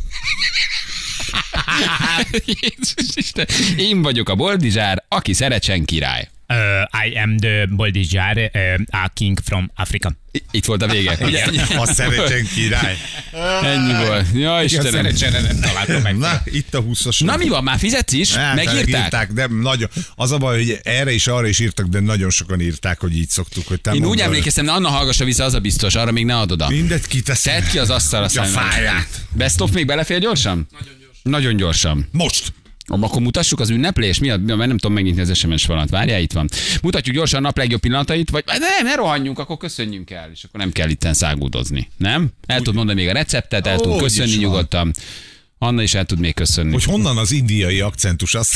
Jézus Isten. Én vagyok a boldizsár, aki szeretsen király. I am the Boldizsár, a king from Africa. Itt volt a vége. Ugye? A szeretsen király. Ennyi volt. Ja, Istenem. Szerencsére nem találtam meg. Na, itt a 20-as. Na mi van, már fizetsz is? Megírták? De nagyon. Az a baj, hogy erre is arra is írtak, de nagyon sokan írták, hogy így szoktuk. Hogy Én úgy emlékeztem, de Anna hallgassa vissza, az a biztos, arra még ne adod oda. Mindet kiteszem. Tedd ki az asztalra. A fáját. Best of még belefér gyorsan? Nagyon gyorsan. Most. Akkor mutassuk az ünneplés? Mi? Mert nem tudom megnyitni az SMS falat. Várjál, itt van. Mutatjuk gyorsan a nap legjobb pillanatait, vagy ne rohanjunk, akkor köszönjünk el, és akkor nem kell itten száguldozni. Nem? El tudod mondani még a receptet, el tudunk köszönni nyugodtan. Anna is el tud még köszönni. Hogy honnan az indiai akcentus, az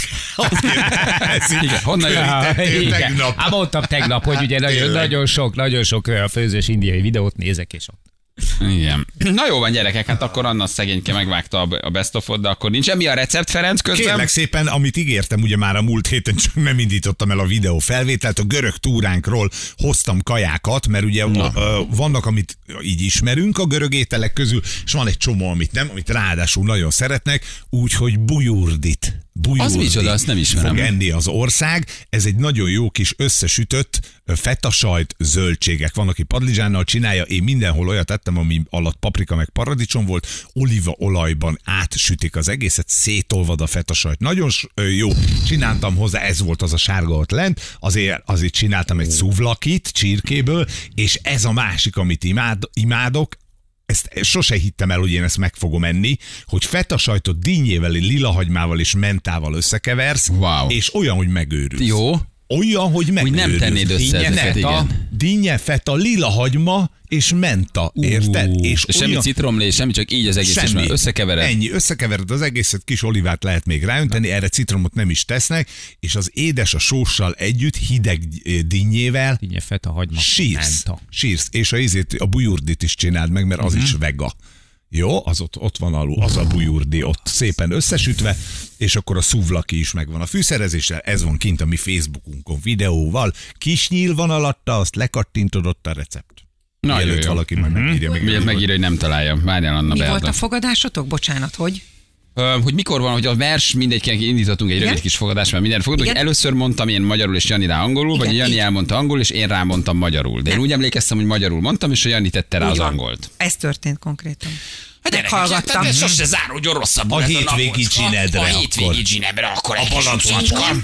igen, honnan jön? Hát mondtam tegnap, hogy ugye nagyon sok főzős indiai videót nézek, és ott. Igen. Na jó van, gyerekek, hát akkor Anna szegényke megvágta a best of-ot, de akkor nincs. Mi a recept, Ferenc, közben? Kérlek szépen, amit ígértem ugye már a múlt héten, csak nem indítottam el a videó felvételt, a görög túránkról hoztam kajákat, mert ugye vannak, amit így ismerünk a görög ételek közül, és van egy csomó, amit nem, amit ráadásul nagyon szeretnek, úgyhogy bujurdit. Az micsoda, azt nem ismerem. Fog enni az ország. Ez egy nagyon jó kis összesütött fetasajt, zöldségek. Van, aki padlizsánnal csinálja, én mindenhol olyat ettem, ami alatt paprika meg paradicsom volt, olívaolajban átsütik az egészet, szétolvad a fetasajt. Nagyon jó. Csináltam hozzá, ez volt az a sárga ott lent, azért csináltam egy szuvlakit csirkéből, és ez a másik, amit imádok, ezt sose hittem el, hogy én ezt meg fogom enni, hogy fetasajtot dinnyével, lilahagymával és mentával összekeversz, és olyan, hogy megőrülsz. Jó. Olyan, hogy megőrülsz. Úgy nem tennéd össze ezeket, igen. Dinnye, feta, lilahagyma és menta, érted? És semmi olyan... citromlé, semmi, csak így az egész, és már összekevered. Ennyi, összekevered az egészet, kis olivát lehet még ráönteni, erre citromot nem is tesznek, és az édes a sóssal együtt, hideg dinnyével. Dinnye, feta, hagyma, menta. Sírsz, és a bujurdit is csináld meg, mert az is vega. Jó, az ott van alul, az a bujurdi ott szépen összesütve, és akkor a szuvlaki is megvan a fűszerezéssel, ez van kint a mi Facebookunkon videóval, kis nyíl van alatta, azt lekattintod, ott a recept. Nagyon jó. Valaki majd megírja. Miért megírja, hogy nem találja. Várjál, Anna, mi beadom. volt a fogadásotok? Bocsánat, hogy? Hogy mikor van, hogy a vers mindegykinek indítottunk egy rövid kis fogadást, mert minden fogadunk, hogy először mondtam én magyarul, és Jani rá angolul, igen, vagy Jani elmondta angolul, és én rámondtam magyarul. De én úgy emlékeztem, hogy magyarul mondtam, és a Jani tette rá az angolt. Ez történt konkrétan. Meghallgattam. Hát sose záródjon rosszabbul. A hétvégi csinebre. A hétvégi csinebre, akkor egy Balatonskán.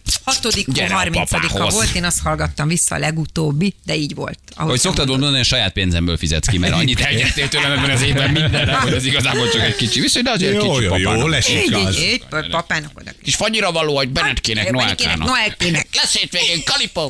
6-30-a volt, én azt hallgattam vissza a legutóbbi, de így volt. Hogy szoktad mondani, hogy saját pénzemből fizetsz ki, mert annyit elnyertél tőlem ebben az évben mindenre, hogy az igazából csak egy kicsi viszony, de azért kicsi papának. Jó, lesik az. Így, papának oda. Kis fanyira való, hogy Benetkének, Noelkának. Noelkének. Lesz hétvégén kalipó.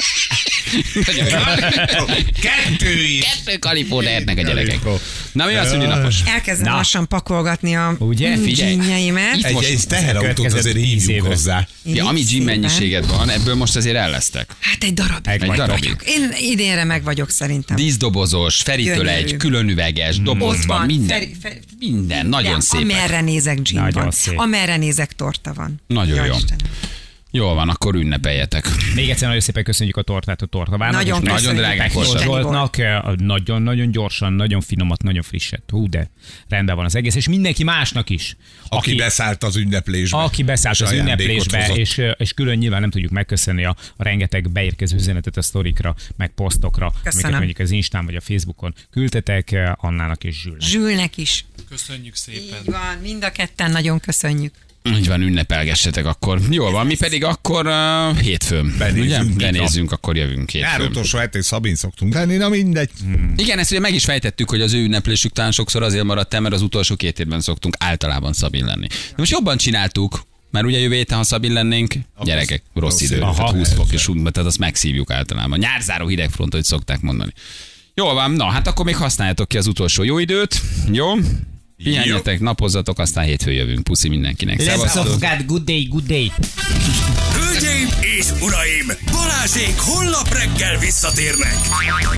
Kettő kalipó lehetnek a gyerekek. Na mi a szülinapos? Elkezdem lassan pakolgatni a Figyelj. gymjeimet. Egy teherautót azért hívjuk hozzá. Ja, ami gym mennyiséged van, ebből most azért ellesztek. Hát egy darabig. Én idénre meg vagyok szerintem. Díszdobozos, Feritől egy külön üveges, dobozban, minden. Minden, nagyon szép. Amerre nézek gym van. Amerre nézek torta van. Nagyon jó. Jól van, akkor ünnepeljetek. Még egyszer nagyon szépen köszönjük a tortát a Tortavárnak. Nagyon drágák voltnak. Nagyon gyorsan, nagyon finomat, nagyon frisset. Hú, de rendben van az egész. És mindenki másnak is. Aki beszállt az ünneplésbe. Aki beszállt az ünneplésbe, és külön nyilván nem tudjuk megköszönni a rengeteg beérkező üzenetet a sztorikra, meg posztokra, amiket mondjuk az Instán vagy a Facebookon küldtetek Annának és Zsülnek. Zsülnek is. Köszönjük szépen. Így van, mind a ketten nagyon köszönjük. Úgy van, ünnepelgessetek akkor. Jól van, mi pedig akkor hétfőn. Benézzünk, akkor jövünk hétfőn. Jár utolsó hetén Szabin szoktunk lenni, na mindegy. Igen, ezt ugye meg is fejtettük, hogy az ő ünneplésük talán sokszor azért maradt el, mert az utolsó 2 hétben szoktunk általában Szabin lenni. De most jobban csináltuk, mert ugye jövő héten, ha Szabin lennénk, gyerekek, rossz idő, tehát 20 fok és tehát azt megszívjuk általában. Nyárzáró hidegfront, hogy szokták mondani. Jól van, na hát akkor még használjátok ki az utolsó jó időt, jó? Pihenjetek, napozzatok, aztán hétfőn jövünk. Puszi mindenkinek. Szevasztok. Good day, good day. Hölgyeim és uraim, Balázsék holnap reggel visszatérnek.